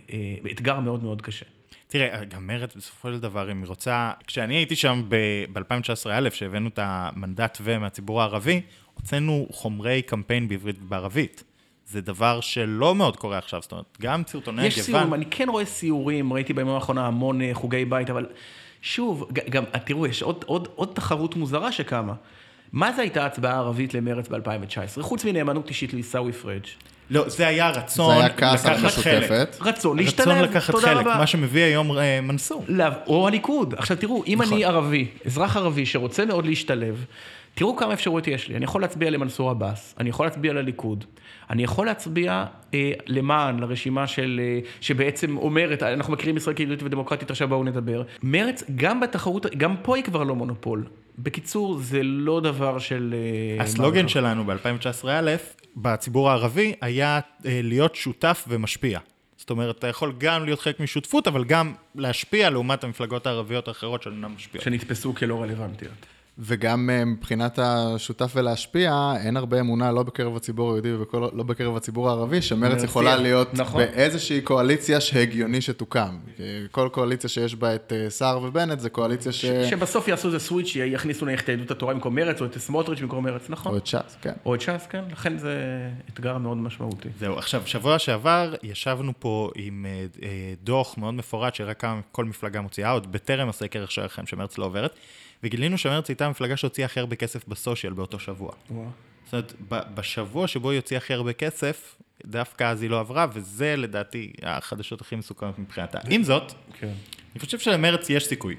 אתגר מאוד מאוד קשה. תראה, גם מרצ בסופו של דבר, אם היא רוצה, כשאני הייתי שם ב-אלפיים תשע עשרה א', שהבאנו את המנדט ומהציבור הערבי, הוצאנו חומרי קמפיין בעברית ובערבית. זה דבר שלא מאוד קורה עכשיו, זאת אומרת, גם סרטוני הגוון... יש סיורים, אני כן רואה סיורים, ראיתי בימים האחרונה המון חוגי בית, אבל שוב, גם, תראו, יש עוד, עוד, עוד תחרות מוזרה שקמה. מה זה הייתה הצבעה ערבית למרץ ב-אלפיים תשע עשרה? חוץ מנאמנות אישית לעיסאווי פריג'. לא, זה היה רצון זה היה כעס על לקחת חלק. המשותפת. רצון להשתלב, רצון לקחת תודה חלק, רבה. מה שמביא היום אה, מנסור. או הליכוד. עכשיו תראו, אם אני ערבי, אזרח ערבי שרוצה מאוד להשתלב, תראו כמה אפשרויות יש לי. אני יכול להצביע למנסור עבאס, אני יכול להצביע לליכוד, אני יכול להצביע אה, למען, לרשימה של, אה, שבעצם אומרת, אנחנו מכירים ישראל כיהודית ודמוקרטית, עכשיו בואו נדבר. מרץ, גם בתחרות, גם פה היא כבר לא מונופול. בקיצור, זה לא דבר של... אה, הסלוגן שלנו ב-אלפיים תשע עשרה א', בציבור הערבי, היה אה, להיות שותף ומשפיע. זאת אומרת, אתה יכול גם להיות חלק משותפות, אבל גם להשפיע לעומת המפלגות הערביות האחרות שאינן משפיעות. שנתפסו כלא רלוונטיות. וגם מבחינת השותף ולהשפיע, אין הרבה אמונה, לא בקרב הציבור היהודי ולא בקרב הציבור הערבי, שמרץ יכולה להיות נכון. באיזושהי קואליציה שהגיוני שתוקם. כל קואליציה שיש בה את סער ובנט, זה קואליציה ש... שבסוף יעשו איזה סוויץ', יכניסו נניח את יהדות התורה במקום מרץ, או את סמוטריץ' במקום מרץ, נכון? או את ש"ס, כן. או את ש"ס, כן. לכן זה אתגר מאוד משמעותי. זהו, עכשיו, שבוע שעבר ישבנו פה עם אה, אה, דוח מאוד מפורט, שהראה כמה כל מפלגה מוציאה, עוד בטרם הסקר שלכם שמרץ לא עוברת, וגילינו שמרץ הייתה המפלגה שהוציאה הכי הרבה כסף בסושיאל באותו שבוע. וואו. זאת אומרת, בשבוע שבו היא הוציאה הכי הרבה כסף, דווקא אז היא לא עברה, וזה לדעתי החדשות הכי מסוכנות מבחינתה. עם זאת, כן. אני חושב שלמרץ יש סיכוי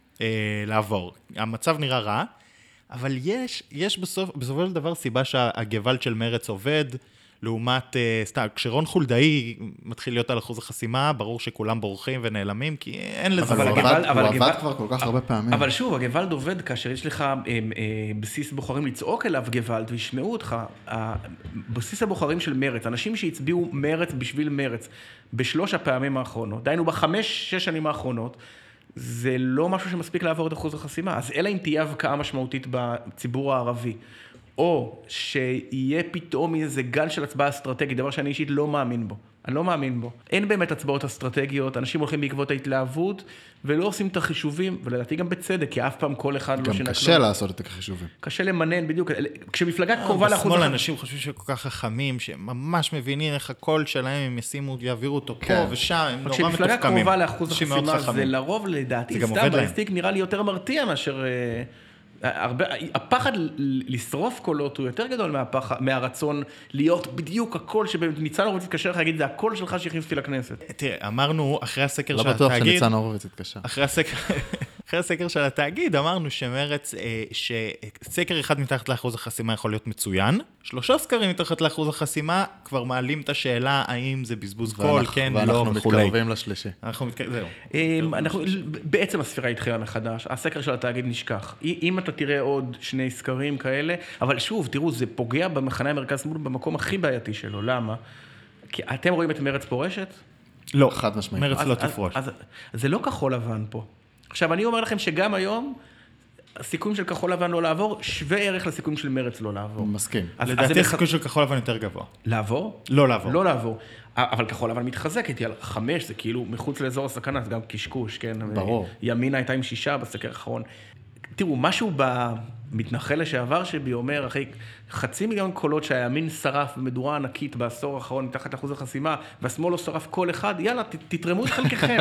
אה, לעבור. המצב נראה רע, אבל יש, יש בסוף, בסופו של דבר סיבה שהגוואלד של מרץ עובד, לעומת, סתם, כשרון חולדאי מתחיל להיות על אחוז החסימה, ברור שכולם בורחים ונעלמים, כי אין לזה... אבל הוא עבד, הוא עבד כבר כל כך הרבה פעמים. אבל שוב, הגוואלד עובד כאשר יש לך בסיס בוחרים לצעוק אליו גוואלד, וישמעו אותך. בסיס הבוחרים של מרץ, אנשים שהצביעו מרץ בשביל מרץ, בשלוש הפעמים האחרונות, דיינו בחמש, שש שנים האחרונות, זה לא משהו שמספיק לעבור את אחוז החסימה. אז אלא אם תהיה הבקעה משמעותית בציבור הערבי, או שיהיה פתאום איזה גל של הצבעה אסטרטגית, דבר שאני אישית לא מאמין בו. אני לא מאמין בו. אין באמת הצבעות אסטרטגיות, אנשים הולכים בעקבות ההתלהבות, ולא עושים את החישובים, ולדעתי גם בצדק, כי אף פעם כל אחד לא שנקלו. גם קשה לעשות את החישובים. קשה למנן, בדיוק. כשמפלגה קרובה לאחוז... בשמאל אנשים חושבים שכל כך חכמים, שהם ממש מבינים איך הקול שלהם, הם ישימו, יעבירו אותו פה ושם, הם נורא מתוחכמים. כשמפלגה קרובה לאחוז החסימה, זה לרוב, לדעתי, סתם בלסטיק נראה לי יותר מרתיע מאשר... הרבה, הפחד לשרוף קולות הוא יותר גדול מהפחד, מהרצון להיות בדיוק הקול שניצן הורוביץ יתקשר לך להגיד, זה הקול שלך שהכניס אותי לכנסת. תראה, אמרנו אחרי הסקר של לא בטוח התאגיד... שניצן הורוביץ יתקשר. אחרי הסקר... אחרי הסקר של התאגיד אמרנו שמרץ, שסקר אחד מתחת לאחוז החסימה יכול להיות מצוין, שלושה סקרים מתחת לאחוז החסימה כבר מעלים את השאלה האם זה בזבוז קול, כן, לא, וכולי. ואנחנו מתקרבים לשלישי. אנחנו מתקרבים, זהו. בעצם הספירה התחילה מחדש, הסקר של התאגיד נשכח. אם אתה תראה עוד שני סקרים כאלה, אבל שוב, תראו, זה פוגע במחנה המרכז שמאל במקום הכי בעייתי שלו, למה? כי אתם רואים את מרץ פורשת? לא, חד משמעית. מרץ לא תפרוש. אז זה לא כחול לבן פה. עכשיו, אני אומר לכם שגם היום, הסיכויים של כחול לבן לא לעבור, שווה ערך לסיכויים של מרץ לא לעבור. מסכים. לדעתי הסיכוי של כחול לבן יותר גבוה. לעבור? לא לעבור. לא לעבור. אבל כחול לבן מתחזקת, על חמש, זה כאילו מחוץ לאזור הסכנה, זה גם קשקוש, כן? ברור. ימינה הייתה עם שישה בסקר האחרון. תראו, משהו במתנחל לשעבר שבי אומר, אחרי חצי מיליון קולות שהימין שרף במדורה ענקית בעשור האחרון, מתחת לאחוז החסימה, והשמאל לא שרף כל אחד, יאללה, תתרמו את חלקכם.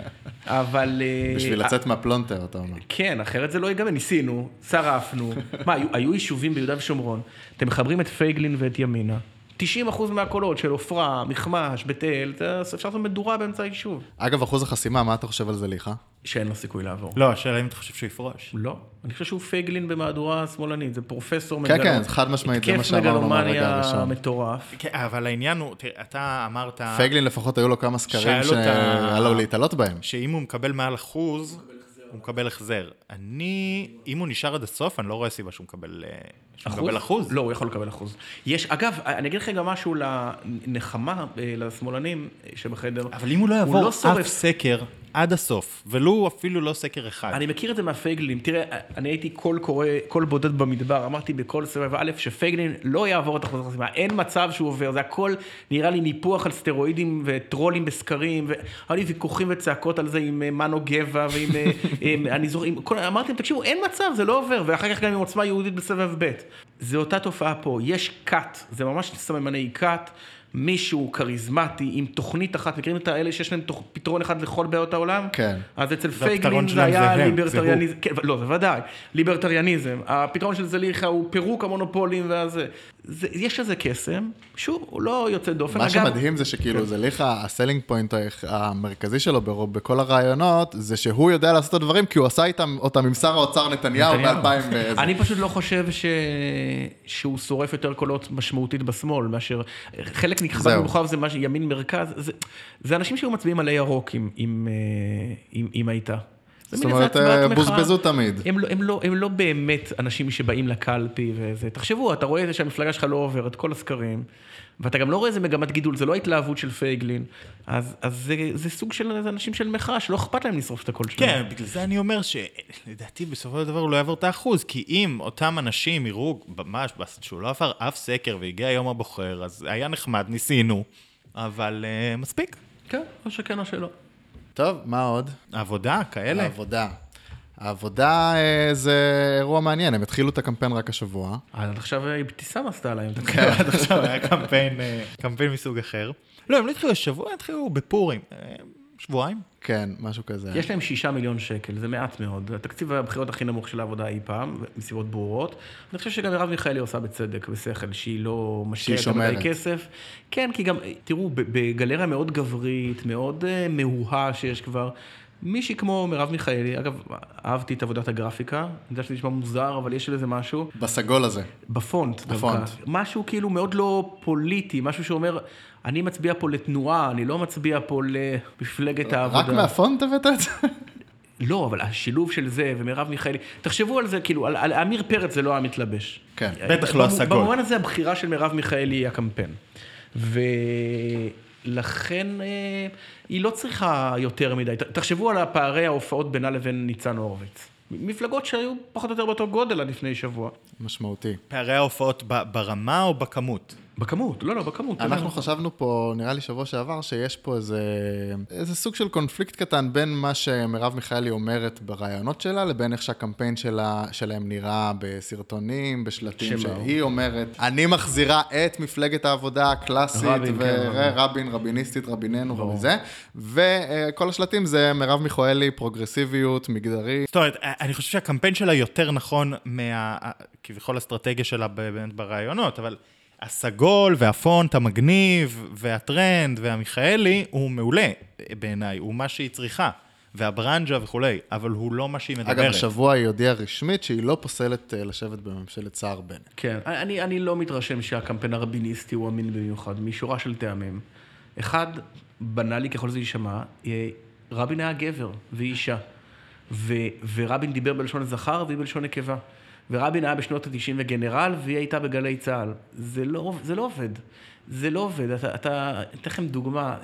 אבל... בשביל לצאת מהפלונטר, אתה אומר. כן, אחרת זה לא ייגמר. ניסינו, שרפנו. מה, היו יישובים ביהודה ושומרון, אתם מחברים את פייגלין ואת ימינה, תשעים אחוז מהקולות של עופרה, מחמש, בית אל, אפשר לעשות מדורה באמצע היישוב. אגב, אחוז החסימה, מה אתה חושב על זה, ליחה? שאין לו סיכוי לעבור. לא, השאלה אם אתה חושב שהוא יפרוש. לא, אני חושב שהוא פייגלין במהדורה שמאלנית, זה פרופסור כן, כן, חד משמעית, זה מה שאמרנו מהרגע הראשון. התקף מגלומניה מטורף. כן, אבל העניין הוא, תראה, אתה אמרת... פייגלין לפחות היו לו כמה סקרים שהיה לו להתעלות בהם. שאם הוא מקבל מעל אחוז, הוא מקבל החזר. אני, אם הוא נשאר עד הסוף, אני לא רואה סיבה שהוא מקבל, שהוא מקבל אחוז. לא, הוא יכול לקבל אחוז. יש, אגב, אני אגיד לכם גם משהו לנחמה, לשמאלנים שבחדר. אבל אם הוא לא יעבור אף סקר עד הסוף, ולו אפילו לא סקר אחד. אני מכיר את זה מהפייגלין. תראה, אני הייתי קול קורא, קול בודד במדבר, אמרתי בכל סבב א' שפייגלין לא יעבור את אחוז החסימה. אין מצב שהוא עובר, זה הכל נראה לי ניפוח על סטרואידים וטרולים בסקרים, והיו לי ויכוחים וצעקות על זה עם מנו גבע ועם, אני זוכר, אמרתי, תקשיבו, אין מצב, זה לא עובר, ואחר כך גם עם עוצמה יהודית בסבב ב'. זה אותה תופעה פה, יש קאט, זה ממש סממני קאט, מישהו כריזמטי עם תוכנית אחת, מכירים את האלה שיש להם פתרון אחד לכל בעיות העולם? כן. אז אצל פייגלין זה היה ליברטריאניזם, כן, לא, זה ודאי, ליברטריאניזם, הפתרון של זליכה הוא פירוק המונופולים והזה, יש לזה קסם, שוב, הוא לא יוצא דופן. מה שמדהים זה שכאילו זליכה, הסלינג פוינט המרכזי שלו בכל הרעיונות, זה שהוא יודע לעשות את הדברים, כי הוא עשה אותם עם שר האוצר נתניהו ב-אלפיים. אני פשוט לא חושב שהוא שורף יותר קולות משמעותית בשמאל, מאשר חלק נכבד במוחב זה ימין מרכז, זה אנשים שהיו מצביעים על הירוק עם האיתה. זאת אומרת, בוזבזו תמיד. הם לא, הם לא, הם לא באמת אנשים שבאים לקלפי וזה. תחשבו, אתה רואה את זה שהמפלגה שלך לא עוברת כל הסקרים, ואתה גם לא רואה איזה מגמת גידול, זה לא התלהבות של פייגלין. אז, אז זה, זה סוג של אנשים של מחאה, שלא אכפת להם לשרוף את הכל שלהם. כן, בגלל זה אני אומר שלדעתי בסופו של דבר הוא לא יעבור את האחוז, כי אם אותם אנשים יראו ממש, שהוא לא עבר אף סקר והגיע יום הבוחר, אז היה נחמד, ניסינו, אבל uh, מספיק. כן, או שכן או שלא. טוב, מה עוד? העבודה, כאלה. העבודה. העבודה זה אירוע מעניין, הם התחילו את הקמפיין רק השבוע. עד עכשיו אבתיסאם עשתה להם. עד עכשיו היה קמפיין, קמפיין מסוג אחר. לא, הם לא התחילו השבוע, הם התחילו בפורים. שבועיים? כן, משהו כזה. יש להם שישה מיליון שקל, זה מעט מאוד. התקציב הבחירות הכי נמוך של העבודה אי פעם, מסיבות ברורות. אני חושב שגם מרב מיכאלי עושה בצדק, בשכל, שהיא לא משקיעה את המדי כסף. כן, כי גם, תראו, בגלריה מאוד גברית, מאוד מאוהה שיש כבר, מישהי כמו מרב מיכאלי, אגב, אהבתי את עבודת הגרפיקה, אני יודע שזה נשמע מוזר, אבל יש לזה משהו. בסגול הזה. בפונט. בפונט. משהו כאילו מאוד לא פוליטי, משהו שאומר, אני מצביע פה לתנועה, אני לא מצביע פה למפלגת העבודה. רק מהפונט הבאת את זה? לא, אבל השילוב של זה ומרב מיכאלי, תחשבו על זה, כאילו, על, על אמיר פרץ זה לא המתלבש. כן. בטח לא הסגול. במובן הזה הבחירה של מרב מיכאלי היא הקמפיין. ולכן היא לא צריכה יותר מדי. תחשבו על הפערי ההופעות בינה לבין ניצן הורוביץ. מפלגות שהיו פחות או יותר באותו גודל עד לפני שבוע. משמעותי. פערי ההופעות ברמה או בכמות? בכמות, לא, לא, בכמות. אנחנו חשבנו פה, נראה לי שבוע שעבר, שיש פה איזה, איזה סוג של קונפליקט קטן בין מה שמרב מיכאלי אומרת ברעיונות שלה, לבין איך שהקמפיין שלה, שלהם נראה בסרטונים, בשלטים, שהיא אומרת, אני מחזירה את מפלגת העבודה הקלאסית, ורבין, רביניסטית, רביננו וזה, וכל השלטים זה מרב מיכאלי, פרוגרסיביות, מגדרי. זאת אומרת, אני חושב שהקמפיין שלה יותר נכון מה, כביכול אסטרטגיה שלה ברעיונות, אבל הסגול והפונט המגניב והטרנד והמיכאלי הוא מעולה בעיניי, הוא מה שהיא צריכה, והברנג'ה וכולי, אבל הוא לא מה שהיא מדברת. אגב, השבוע היא הודיעה רשמית שהיא לא פוסלת לשבת בממשלת סער בנט. כן, אני, אני לא מתרשם שהקמפיין הרביניסטי הוא אמין במיוחד, משורה של טעמים. אחד, בנאלי ככל זה יישמע, רבין היה גבר והיא אישה, ו, ורבין דיבר בלשון זכר והיא בלשון נקבה. ורבין היה בשנות ה-תשעים וגנרל, והיא הייתה בגלי צה"ל. זה לא, זה לא עובד. זה לא עובד. אתה, אתה, אתן לכם דוגמה.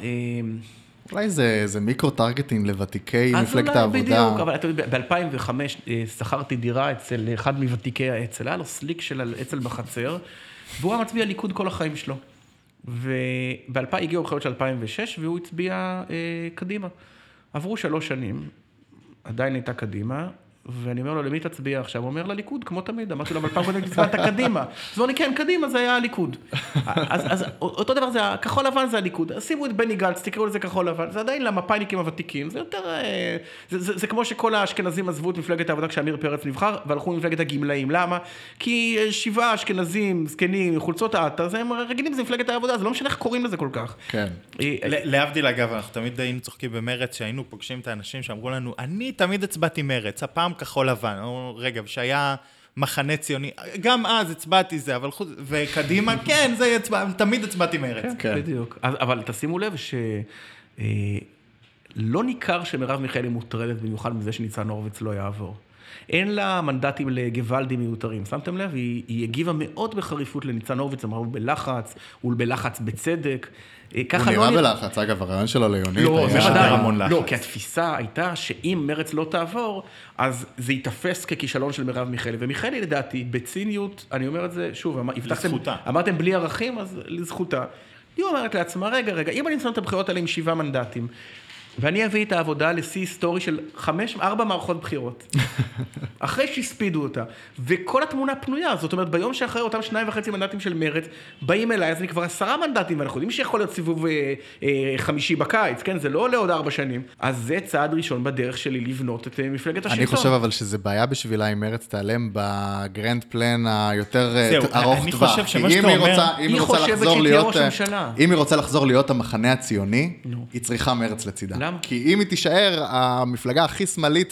אולי זה, זה מיקרו-טרגטינג לוותיקי מפלגת העבודה. בדיוק, אבל ב-אלפיים וחמש שכרתי דירה אצל אחד מוותיקי האצ"ל, היה לו סליק של האצ"ל בחצר, והוא היה מצביע ליכוד כל החיים שלו. וב-אלפיים הגיעו הבחירות של אלפיים ושש, והוא הצביע אה, קדימה. עברו שלוש שנים, עדיין הייתה קדימה, ואני אומר לו, למי תצביע עכשיו? הוא אומר לליכוד, כמו תמיד. אמרתי לו, אבל פעם קודם תצבעת קדימה. אז הוא אומר, כן, קדימה זה היה הליכוד. אז, אז אותו דבר זה, כחול לבן זה הליכוד. שימו את בני גלץ, תקראו לזה כחול לבן. זה עדיין למפאיניקים הוותיקים. זה יותר, זה, זה, זה כמו שכל האשכנזים עזבו את מפלגת העבודה כשאמיר פרץ נבחר, והלכו למפלגת הגמלאים. למה? כי שבעה אשכנזים, זקנים, חולצות העטה, אז הם רגילים בזה מפלגת העבודה. זה לא משנה איך קוראים לזה כל כך. כן. להבדיל אגב, אנחנו תמיד היינו צוחקים במרץ, שהיינו פוגשים את האנשים שאמרו לנו, אני תמיד הצבעתי מרץ, הפעם כחול לבן, או רגע, שהיה מחנה ציוני, גם אז הצבעתי זה, אבל חוץ, וקדימה, כן, זה יצבע, תמיד הצבעתי מרץ. כן, בדיוק. אבל תשימו לב ש... לא ניכר שמרב מיכאלי מוטרדת במיוחד מזה שניצן הורוביץ לא יעבור. אין לה מנדטים לגוואלדים מיותרים. שמתם לב? היא, היא הגיבה מאוד בחריפות לניצן הורוביץ, אמרה הוא בלחץ, הוא בלחץ בצדק. הוא נראה לא בלחץ, אגב, הרעיון שלו ליונית. לא, זה ודאי, המון לחץ. לא, כי התפיסה הייתה שאם מרץ לא תעבור, אז זה ייתפס ככישלון של מרב מיכאלי. ומיכאלי לדעתי, בציניות, אני אומר את זה, שוב, הבטחתם, אמרתם בלי ערכים, אז לזכותה. היא אומרת לעצמה, רגע, רגע, אם אני אסיים את הבחירות האלה עם שבעה מנדטים, ואני אביא את העבודה לשיא היסטורי של חמש, ארבע מערכות בחירות. אחרי שהספידו אותה. וכל התמונה פנויה. זאת אומרת, ביום שאחרי אותם שניים וחצי מנדטים של מרץ, באים אליי, אז אני כבר עשרה מנדטים, ואנחנו יודעים שיכול להיות סיבוב אה, אה, חמישי בקיץ, כן? זה לא עולה עוד ארבע שנים. אז זה צעד ראשון בדרך שלי לבנות את אה, מפלגת השלטון. אני חושב אבל שזה בעיה בשבילה אם מרץ תעלם בגרנד פלן היותר ארוך אני טווח. חושב שמה שאתה אומר, היא חושבת שהיא תהיה ראש הממשלה. אם היא רוצה לחזור להיות המחנה הציוני, היא צריכה מרץ לצידה. למה? כי אם היא תישאר המפלגה הכי שמאלית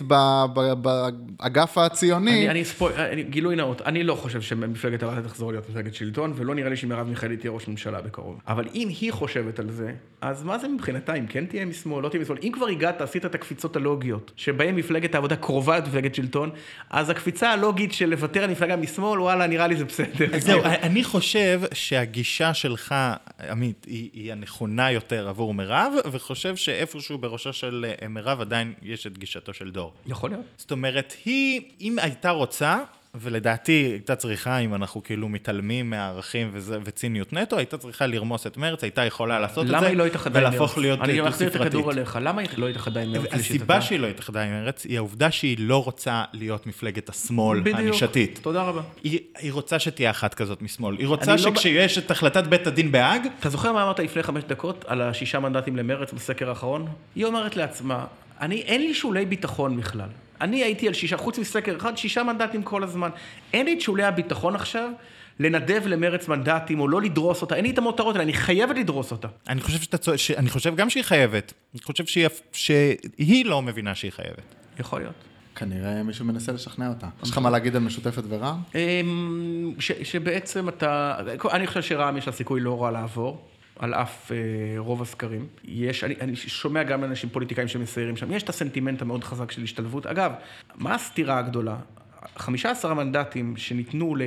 באגף הציוני... אני, אני ספוי, אני, גילוי נאות, אני לא חושב שמפלגת העבודה תחזור להיות מפלגת שלטון, ולא נראה לי שמרב מיכאלי תהיה ראש ממשלה בקרוב. אבל אם היא חושבת על זה, אז מה זה מבחינתה? אם כן תהיה משמאל, לא תהיה משמאל. אם כבר הגעת, עשית את הקפיצות הלוגיות, שבהן מפלגת העבודה קרובה למפלגת שלטון, אז הקפיצה הלוגית של לוותר על מפלגה משמאל, וואלה, נראה לי זה בסדר. אז זהו, אני חושב שהגישה שלך, עמית, היא, היא הנכונה יותר עבור מרב, וחושב שאיפשהו בראשה של מרב עדיין יש את גישתו של דור. יכול להיות. זאת אומרת, היא, אם הייתה רוצה, ולדעתי הייתה צריכה, אם אנחנו כאילו מתעלמים מהערכים וזה, וציניות נטו, הייתה צריכה לרמוס את מרץ, הייתה יכולה לעשות את זה, למה היא לא התאחדה עם מרץ? ולהפוך להיות אני מחזיר את דו-ספרתית. הכדור עליך, למה היא לא התאחדה עם מרץ? הסיבה שהיא לא התאחדה עם מרץ, היא העובדה שהיא לא רוצה להיות מפלגת השמאל הנישתית. בדיוק, תודה רבה. היא, היא רוצה שתהיה אחת כזאת משמאל. היא רוצה שכשיש לא... את החלטת בית הדין בהאג... אתה זוכר מה אמרת לפני חמש דקות על השישה מנדטים למרץ בסקר האחרון? היא אומרת לעצמה, אני, אין לי שולי ביטחון בכלל. אני הייתי על שישה, חוץ מסקר אחד, שישה מנדטים כל הזמן. אין לי את שולי הביטחון עכשיו לנדב למרץ מנדטים או לא לדרוס אותה. אין לי את המותרות, אני חייבת לדרוס אותה. אני חושב, שאתה, ש... אני חושב גם שהיא חייבת. אני חושב שהיא... שהיא לא מבינה שהיא חייבת. יכול להיות. כנראה מישהו מנסה לשכנע אותה. יש לך מה להגיד על משותפת ורע"מ? ש... שבעצם אתה... אני חושב שרע"מ יש לה סיכוי לא רע לעבור. על אף אה, רוב הסקרים. יש, אני, אני שומע גם אנשים פוליטיקאים שמסיירים שם, יש את הסנטימנט המאוד חזק של השתלבות. אגב, מה הסתירה הגדולה? חמישה עשר המנדטים שניתנו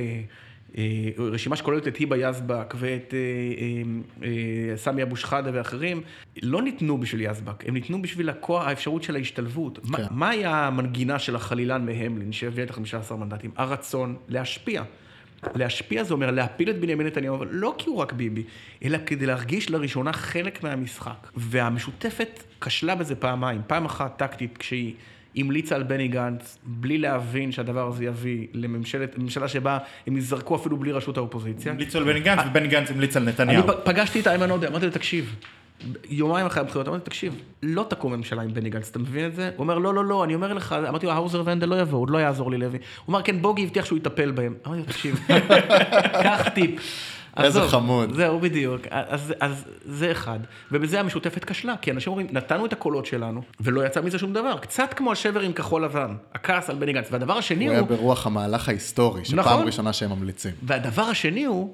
לרשימה שכוללת את היבה יזבק ואת אה, אה, אה, סמי אבו שחאדה ואחרים, לא ניתנו בשביל יזבק, הם ניתנו בשביל הכוח, האפשרות של ההשתלבות. כן. מה, מה היה המנגינה של החלילן מהם לנשב את ה-חמישה עשר מנדטים? הרצון להשפיע. להשפיע זה אומר להפיל את בנימין נתניהו, אבל לא כי הוא רק ביבי, אלא כדי להרגיש לראשונה חלק מהמשחק. והמשותפת כשלה בזה פעמיים. פעם אחת טקטית כשהיא המליצה על בני גנץ, בלי להבין שהדבר הזה יביא לממשלה שבה הם יזרקו אפילו בלי ראשות האופוזיציה. המליצו על בני גנץ, ובני גנץ המליץ על נתניהו. אני פגשתי את איימן עודה, אמרתי לו, תקשיב, יומיים אחרי הבחירות, אמרתי, תקשיב, לא תקום ממשלה עם בני גנץ, אתה מבין את זה? הוא אומר, לא, לא, לא, אני אומר לך, אמרתי לו, האוזר ואנדל לא יבואו, עוד לא יעזור לי לוי. הוא אומר, כן, בוגי הבטיח שהוא יטפל בהם. אמרתי לו, תקשיב, קח טיפ. איזה חמוד. זהו, בדיוק. אז, אז זה אחד. ובזה המשותפת כשלה, כי אנשים אומרים, נתנו את הקולות שלנו, ולא יצא מזה שום דבר. קצת כמו השבר עם כחול לבן, הכעס על בני גנץ. והדבר השני הוא... הוא היה ברוח המהלך ההיסטורי, שפעם נכון. ראשונה שהם ממליצים. והדבר השני הוא,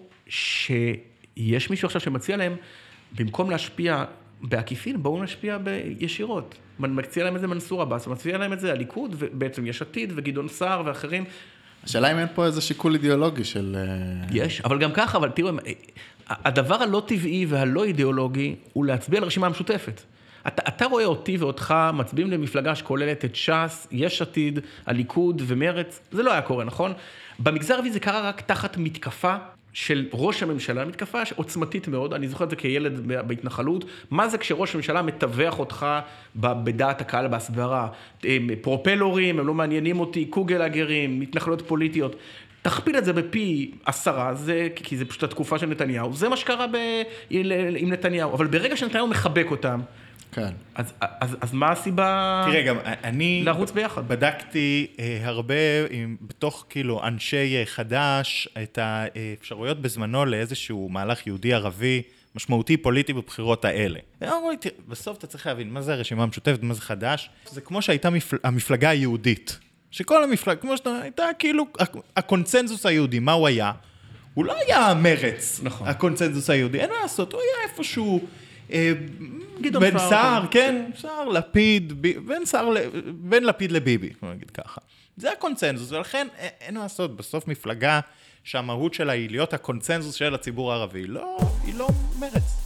שיש מישהו עכשיו שמציע להם, במקום להשפיע בעקיפין, בואו נשפיע בישירות. מציע להם את זה מנסור עבאס, מציע להם את זה הליכוד, ובעצם יש עתיד, וגדעון סער ואחרים. השאלה אם אין פה איזה שיקול אידיאולוגי של... יש, אבל גם ככה, אבל תראו, הדבר הלא טבעי והלא אידיאולוגי הוא להצביע לרשימה המשותפת. אתה, אתה רואה אותי ואותך מצביעים למפלגה שכוללת את ש"ס, יש עתיד, הליכוד ומרץ, זה לא היה קורה, נכון? במגזר הערבי זה קרה רק תחת מתקפה של ראש הממשלה, מתקפה עוצמתית מאוד, אני זוכר את זה כילד בהתנחלות, מה זה כשראש הממשלה מתווך אותך בדעת הקהל בהסברה, פרופלורים, הם לא מעניינים אותי, קוגלאגרים, התנחלויות פוליטיות, תכפיל את זה בפי עשרה, זה, כי זה פשוט התקופה של נתניהו, זה מה שקרה ב, עם נתניהו, אבל ברגע שנתניהו מחבק אותם, כן. אז, אז, אז מה הסיבה תראה, גם אני לרוץ ביחד? בדקתי אה, הרבה עם, בתוך כאילו אנשי חדש את האפשרויות בזמנו לאיזשהו מהלך יהודי ערבי משמעותי פוליטי בבחירות האלה. אמרו לי, בסוף אתה צריך להבין מה זה הרשימה המשותפת, מה זה חדש. זה כמו שהייתה מפל... המפלגה היהודית. שכל המפלגה, כמו שאתה, הייתה כאילו הקונצנזוס היהודי, מה הוא היה? הוא לא היה מרץ, נכון. הקונצנזוס היהודי, אין מה לעשות, הוא היה איפשהו... בן סער, כן, סער, לפיד, בין סער, בין לפיד לביבי, בוא נגיד ככה. זה הקונצנזוס, ולכן אין מה לעשות, בסוף מפלגה שהמהות שלה היא להיות הקונצנזוס של הציבור הערבי, לא, היא לא מרץ.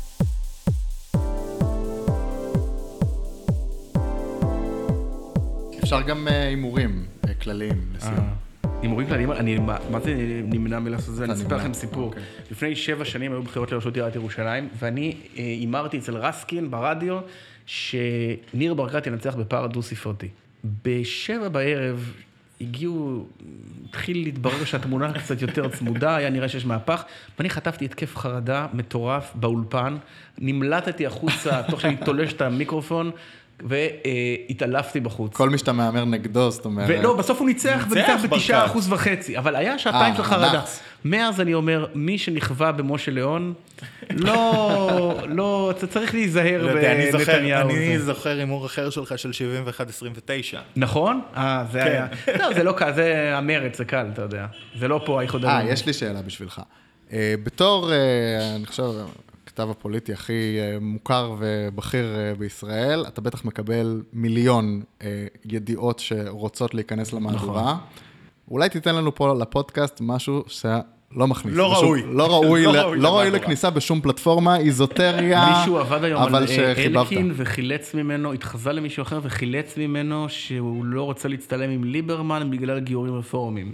אפשר גם הימורים כלליים לסיום. הימורים כלליים, אני, מה זה נמנע מלעשות זה? אני אספר לכם סיפור. לפני שבע שנים היו בחירות לראשות עיריית ירושלים, ואני הימרתי אצל רסקין ברדיו, שניר ברקת ינצח בפער דו-ספרתי. בשבע בערב הגיעו, התחיל להתברר שהתמונה קצת יותר צמודה, היה נראה שיש מהפך, ואני חטפתי התקף חרדה מטורף באולפן, נמלטתי החוצה, תוך שאני תולש את המיקרופון, והתעלפתי בחוץ. כל מי שאתה מאמר נגדו, זאת אומרת... ולא, בסוף הוא ניצח, וניצח בתשעה אחוז וחצי, אבל היה שעתיים של חרדה. מאז אני אומר, מי שנכווה במשה ליאון, לא, לא, אתה צריך להיזהר בנתניהו. אני זוכר הימור אחר שלך של שבעים ואחת עשרים ותשע. נכון? אה, זה היה... לא, זה לא קל, זה המרץ, זה קל, אתה יודע. זה לא פה האיחוד הלאומי. אה, יש לי שאלה בשבילך. בתור, אני חושב... הכתב הפוליטי הכי מוכר ובכיר בישראל, אתה בטח מקבל מיליון ידיעות שרוצות להיכנס למהדורה. אולי תיתן לנו פה לפודקאסט משהו שלא מכניס. לא ראוי. לא ראוי, לא ראוי לכניסה בשום פלטפורמה, איזוטריה, מישהו עבד היום על אלקין וחילץ ממנו, התחזה למישהו אחר וחילץ ממנו שהוא לא רוצה להצטלם עם ליברמן בגלל גיורים רפורמיים.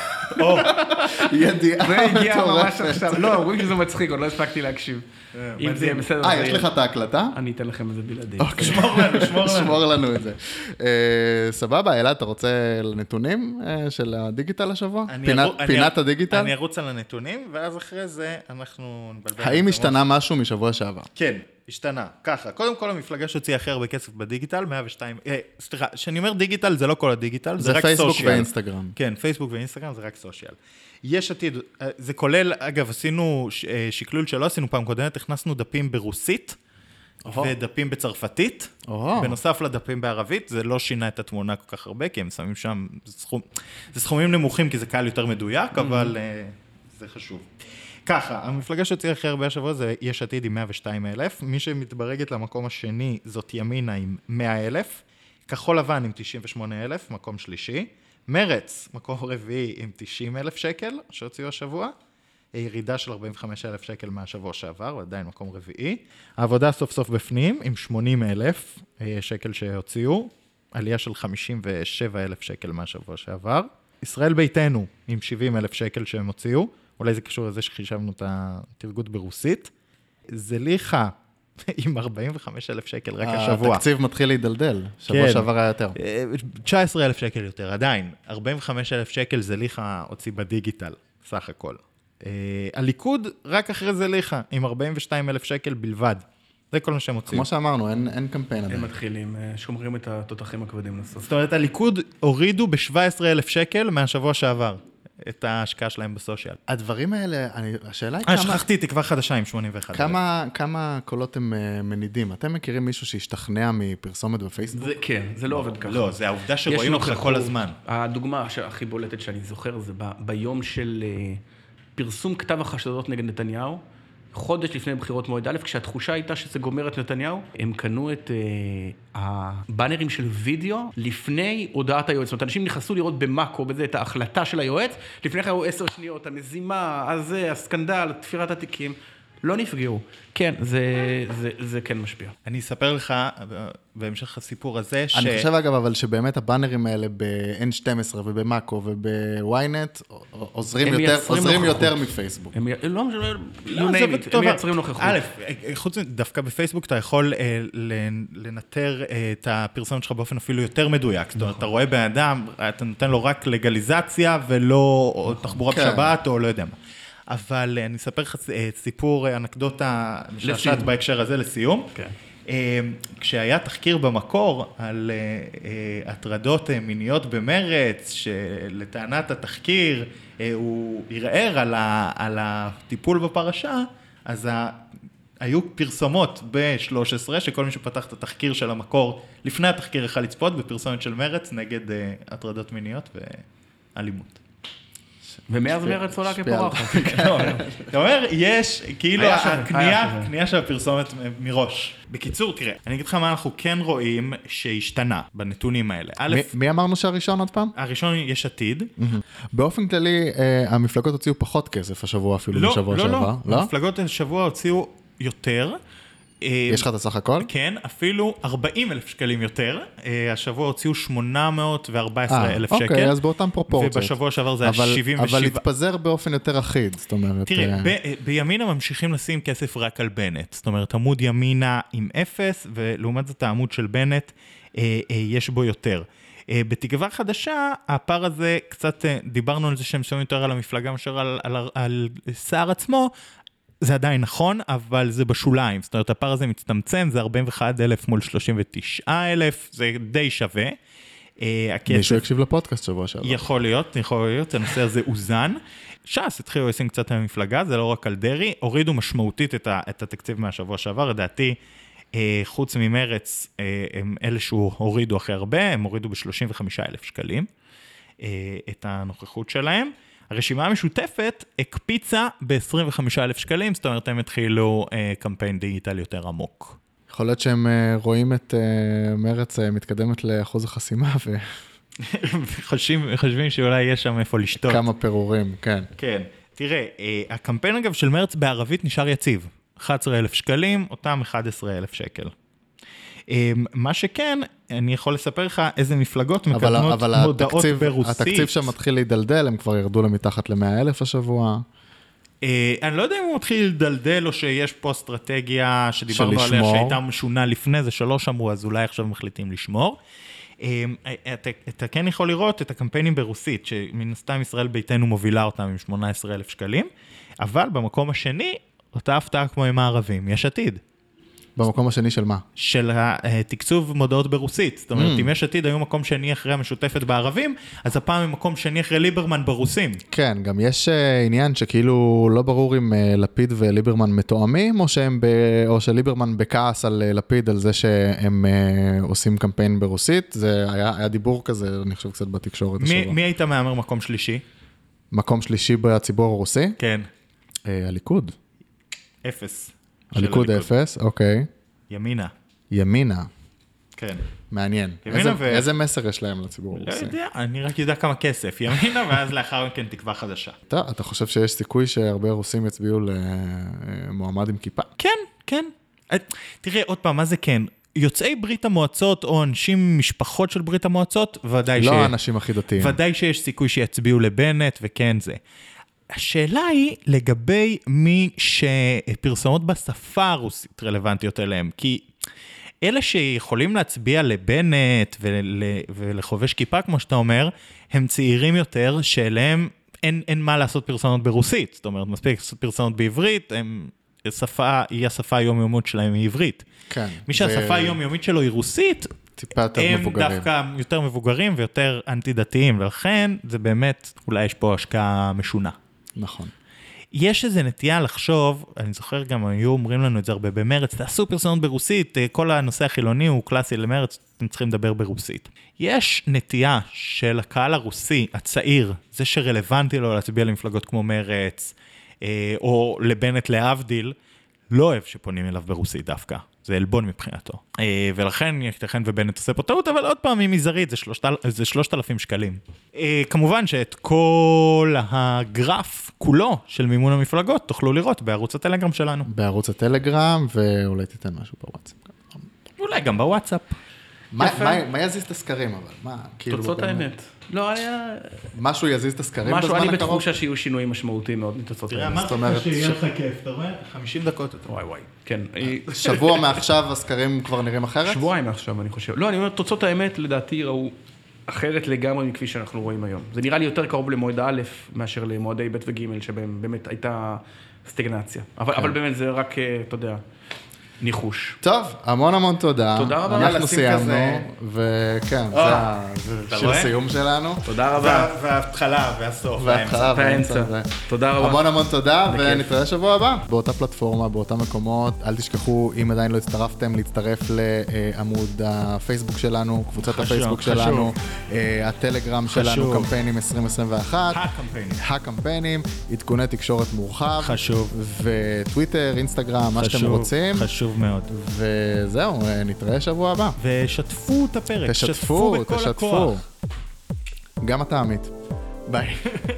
ידיעה זה הגיע ממש עכשיו. לא, אומרים שזה מצחיק, עוד לא הספקתי להקשיב. אם זה יהיה בסדר. אה, יש לך את ההקלטה? אני אתן לכם איזה בלעדי. שמור לנו, שמור לנו. שמור לנו את זה. סבבה, אלעד, אתה רוצה לנתונים של הדיגיטל השבוע? פינת הדיגיטל? אני ארוץ על הנתונים, ואז אחרי זה אנחנו נבלבל. האם השתנה משהו משבוע שעבר? כן, השתנה. ככה, קודם כל המפלגה שהוציאה הכי הרבה כסף בדיגיטל, מאה ושתיים, סליחה, כשאני אומר דיגיטל, זה לא כל הדיגיטל, זה רק סושיאל. זה פייסבוק ואינסטגרם. כן, פייסבוק ואינסטגרם זה רק סושיאל. יש עתיד, זה כולל, אגב, עשינו שקלול שלא עשינו פעם קודמת, הכנסנו דפים ברוסית, ודפים בצרפתית, בנוסף לדפים בערבית, זה לא שינה את התמונה כל כך הרבה, כי הם שמים שם, זה סכומים נמוכים, כי זה קהל יותר מדויק, אבל זה חשוב. ככה, המפלגה שהוציאה הכי הרבה השבוע זה יש עתיד עם מאה ושתיים אלף, מי שמתברגת למקום השני זאת ימינה עם מאה אלף, כחול לבן עם תשעים ושמונה אלף, מקום שלישי, מרץ, מקום רביעי עם תשעים אלף שקל שהוציאו השבוע, ירידה של ארבעים וחמישה אלף שקל מהשבוע שעבר, ועדיין מקום רביעי, העבודה סוף סוף בפנים עם שמונים אלף שקל שהוציאו, עלייה של חמישים ושבעה אלף שקל מהשבוע שעבר, ישראל ביתנו עם שבעים אלף שקל שהם הוציאו, אולי זה קשור לזה שחישבנו את התרגות ברוסית. זליכה עם ארבעים וחמישה אלף שקל רק השבוע. התקציב מתחיל להידלדל, שבוע שעבר היה יותר. תשעה עשר אלף שקל יותר, עדיין. ארבעים וחמישה אלף שקל זליכה הוציא בדיגיטל, סך הכל. הליכוד רק אחרי זליכה, עם ארבעים ושניים אלף שקל בלבד. זה כל מה שהם הוציאו. כמו שאמרנו, אין, אין קמפיין עדיין. הם מתחילים, שומרים את התותחים הכבדים לסוף. זאת אומרת, הליכוד הורידו ב-שבעה עשר אלף שקל מהשבוע שעבר. את ההשקעה שלהם בסושיאל. הדברים האלה, אני, השאלה היא כמה... כמה... שכחתי, תקווה חדשה עם שמונים ואחת. כמה, כמה קולות הם מנידים? אתם מכירים מישהו שהשתכנע מפרסומת בפייסבוק? זה, כן, זה לא עובד ככה. לא, זה העובדה שרואים אותך כל הזמן. הדוגמה הכי בולטת שאני זוכר, זה ב, ביום של פרסום כתב החשדות נגד נתניהו, חודש לפני בחירות מועד א', כשהתחושה הייתה שזה גומר את נתניהו, הם קנו את uh, הבאנרים של וידאו לפני הודעת היועץ. זאת אומרת, אנשים נכנסו לראות במאקו, בזה, את ההחלטה של היועץ, לפני כן היו עשר שניות, המזימה, הזה, הסקנדל, תפירת התיקים, לא נפגעו. כן, זה, זה, זה כן משפיע. אני אספר לך, בהמשך הסיפור הזה, ש... אני חושב אגב, אבל שבאמת הבאנרים האלה ב-אן שתים עשרה ובמאקו ובוויינט עוזרים יותר, עוזרים יותר מפייסבוק. הם לא, לא, הם מייצרים נוכחות. א', חוץ דווקא בפייסבוק אתה יכול לנטר את הפרסומת שלך באופן אפילו יותר מדויק. זאת אומרת, אתה רואה בן אדם, אתה נותן לו רק לגליזציה ולא תחבורה בשבת או לא יודע מה. אבל אני אספר לך סיפור, אנקדוטה משעשעת בהקשר הזה לסיום. כשהיה תחקיר במקור על הטרדות מיניות במרץ, שלטענת התחקיר הוא ערער על הטיפול בפרשה, אז היו פרסומות ב-שלוש עשרה, שכל מי שפתח את התחקיר של המקור, לפני התחקיר יכול לצפות בפרסומת של מרץ נגד הטרדות מיניות ואלימות. ומאז מרץ עולה כפורחת. אתה אומר, יש, כאילו, היה שווה, היה הקנייה, שווה. קנייה של הפרסומת מראש. בקיצור, תראה, אני אגיד לך מה אנחנו כן רואים שהשתנה בנתונים האלה. א', מי- מי אמרנו שהראשון עוד פעם? הראשון יש עתיד. באופן כללי, אה, המפלגות הוציאו פחות כסף השבוע אפילו לא, משבוע לא, שעבר. לא. המפלגות השבוע הוציאו יותר. יש לך את הסך הכל? כן, אפילו ארבעים אלף שקלים יותר. אה, השבוע הוציאו שמונה מאות וארבע עשרה אלף שקל. אוקיי, אז באותם פרופורציות. ובשבוע שעבר זה היה אבל- שבעים ושבע. אבל התפזר באופן יותר אחיד, זאת אומרת... תראה, אה, ב- בימינה ממשיכים לשים כסף רק על בנט. זאת אומרת, עמוד ימינה עם אפס, ולעומת זאת העמוד של בנט אה, אה, יש בו יותר. אה, בתקווה חדשה, הפער הזה קצת, אה, דיברנו על זה שהם שמים יותר על המפלגה מאשר על, על, על, על שר עצמו, זה עדיין נכון, אבל זה בשוליים. זאת אומרת, הפער הזה מצטמצם, זה ארבעים ואחד אלף מול שלושים ותשעה אלף, זה די שווה. אה, הכסף... מישהו יקשיב לפודקאסט שבוע שעבר. יכול להיות, יכול להיות, הנושא הזה אוזן. ש"ס התחילו לשים קצת מהמפלגה, זה לא רק על דרעי, הורידו משמעותית את, ה, את התקציב מהשבוע שעבר, לדעתי, אה, חוץ ממרץ, אה, הם אלה שהורידו הכי הרבה, הם הורידו ב-שלושים וחמישה אלף שקלים אה, את הנוכחות שלהם. הרשימה המשותפת הקפיצה ב-עשרים וחמישה אלף שקלים, זאת אומרת, הם התחילו אה, קמפיין דיגיטל יותר עמוק. יכול להיות שהם אה, רואים את אה, מרץ אה, מתקדמת לאחוז החסימה חושבים, חושבים שאולי יש שם איפה לשתות. וכמה פירורים, כן. כן. תראה, אה, הקמפיין אגב של מרץ בערבית נשאר יציב. אחד עשר אלף שקלים, אותם אחד עשר אלף שקל. אה, מה שכן, אני יכול לספר לך איזה מפלגות אבל, מקדמות אבל מודעות התקציב, ברוסית. התקציב שם מתחיל להידלדל, הם כבר ירדו למתחת ל-מאה אלף השבוע. אה, אני לא יודע אם הוא מתחיל לדלדל או שיש פה אסטרטגיה שדיברנו עליה לשמור. שהייתה משונה לפני, זה שלוש אמרו, אז אולי עכשיו מחליטים לשמור. אה, אתה, אתה כן יכול לראות את הקמפיינים ברוסית, שמן הסתם ישראל ביתנו מובילה אותם עם שמונה עשרה אלף שקלים, אבל במקום השני, אותה הפתעה כמו עם הערבים, יש עתיד. במקום השני של מה? של התקצוב מודעות ברוסית. זאת אומרת, אם יש עתיד היו מקום שני אחרי המשותפת בערבים, אז הפעם הם מקום שני אחרי ליברמן ברוסים. כן, גם יש uh, עניין שכאילו לא ברור אם uh, לפיד וליברמן מתואמים, או, שהם ב... או שליברמן בכעס על uh, לפיד, על זה שהם uh, עושים קמפיין ברוסית. זה היה, היה דיבור כזה, אני חושב קצת בתקשורת מי, השבוע. מי היית מאמר מקום שלישי? מקום שלישי בציבור הרוסי? כן. Uh, הליכוד. אפס. הליכוד אפס, אוקיי. ימינה. ימינה. כן. מעניין. ימינה איזה, ו- איזה מסר יש להם לציבור לא הרוסי? יודע, אני רק יודע כמה כסף. ימינה, ואז לאחר מכן תקווה חדשה. אתה, אתה חושב שיש סיכוי שהרבה רוסים יצביעו למועמד עם כיפה? כן, כן. תראה, עוד פעם, מה זה כן? יוצאי ברית המועצות, או אנשים משפחות של ברית המועצות, ודאי לא ש... האנשים הכי דתיים. ודאי שיש סיכוי שיצביעו לבנט, וכן זה. השאלה היא לגבי מי שפרסומות בשפה הרוסית רלוונטיות אליהם, כי אלה שיכולים להצביע לבנט ול, ולחובש כיפה, כמו שאתה אומר, הם צעירים יותר, שאליהם אין, אין מה לעשות פרסומות ברוסית. זאת אומרת, מספיק לעשות פרסומות בעברית, הם, שפה, היא השפה היומיומית שלהם היא עברית. כן. מי שהשפה היומיומית שלו היא רוסית, טיפה יותר הם מבוגרים. דווקא יותר מבוגרים ויותר אנטי-דתיים, ולכן זה באמת, אולי יש פה השקעה משונה. נכון. יש איזו נטייה לחשוב, אני זוכר גם, היו אומרים לנו את זה הרבה במרץ, תעשו פרסומות ברוסית, כל הנושא החילוני הוא קלאסי למרץ, אתם צריכים לדבר ברוסית. יש נטייה של הקהל הרוסי, הצעיר, זה שרלוונטי לו להצביע למפלגות כמו מרץ, או לבנט להבדיל, לא אוהב שפונים אליו ברוסית דווקא. זה אלבון מבחינתו. ולכן, ייתכן ובנט עושה פה טעות, אבל עוד פעם, היא מזערית, זה שלושת אלפים שקלים. כמובן שאת כל הגרף כולו של מימון המפלגות, תוכלו לראות בערוץ הטלגרם שלנו. בערוץ הטלגרם, ואולי תיתן משהו בוואטסאפ. אולי גם בוואטסאפ. מה, מה, מה יזיז את הסקרים אבל? מה, כאילו תוצאות באמת? האמת. לא היה... משהו יזיז את הסקרים משהו, בזמן אני הקרוב? בתחושה שיהיו שינויים משמעותיים מאוד מתוצאות תראה, האמת. אמרתי אומרת לך שיהיה ש- לך כיף, אתה רואה? חמישים דקות. אתה רואה. וואי וואי, כן. שבוע מעכשיו הסקרים כבר נראים אחרת? שבועיים מעכשיו, אני חושב. לא, אני אומר, תוצאות האמת, לדעתי, ראו אחרת לגמרי מכפי שאנחנו רואים היום. זה נראה לי יותר קרוב למועד א' מאשר למועדי ב' וג', שבהם באמת הייתה סטגנציה. אבל, אבל באמת זה רק, אתה יודע, ניחוש. טוב, המון המון תודה. תודה רבה. אנחנו לשים סיימנו, כזה. וכן, זה אה, ה- זה אתה שיר רואה? סיום שלנו. תודה רבה. וההתחלה והסוף. וההתחלה באמצע. והאמצע. תודה רבה. המון המון תודה, בכיף. ונתראה שבוע הבא. באותה פלטפורמה, באותם מקומות. אל תשכחו, אם עדיין לא הצטרפתם, להצטרף לעמוד הפייסבוק שלנו, קבוצת חשוב, הפייסבוק חשוב. שלנו, אה, הטלגרם שלנו, חשוב. קמפיינים עשרים עשרים ואחת. הקמפיינים. הקמפיינים, עדכוני תקשורת מורחב. חשוב. וטוויטר, אינסטגרם, מה שאתם חשוב, רוצים. חשוב מאוד. וזהו, אה, נתראה שבוע הבא. ושתפו את הפרק. תשתפו, בכל תשתפו. הכוח. גם אתה, עמית. ביי.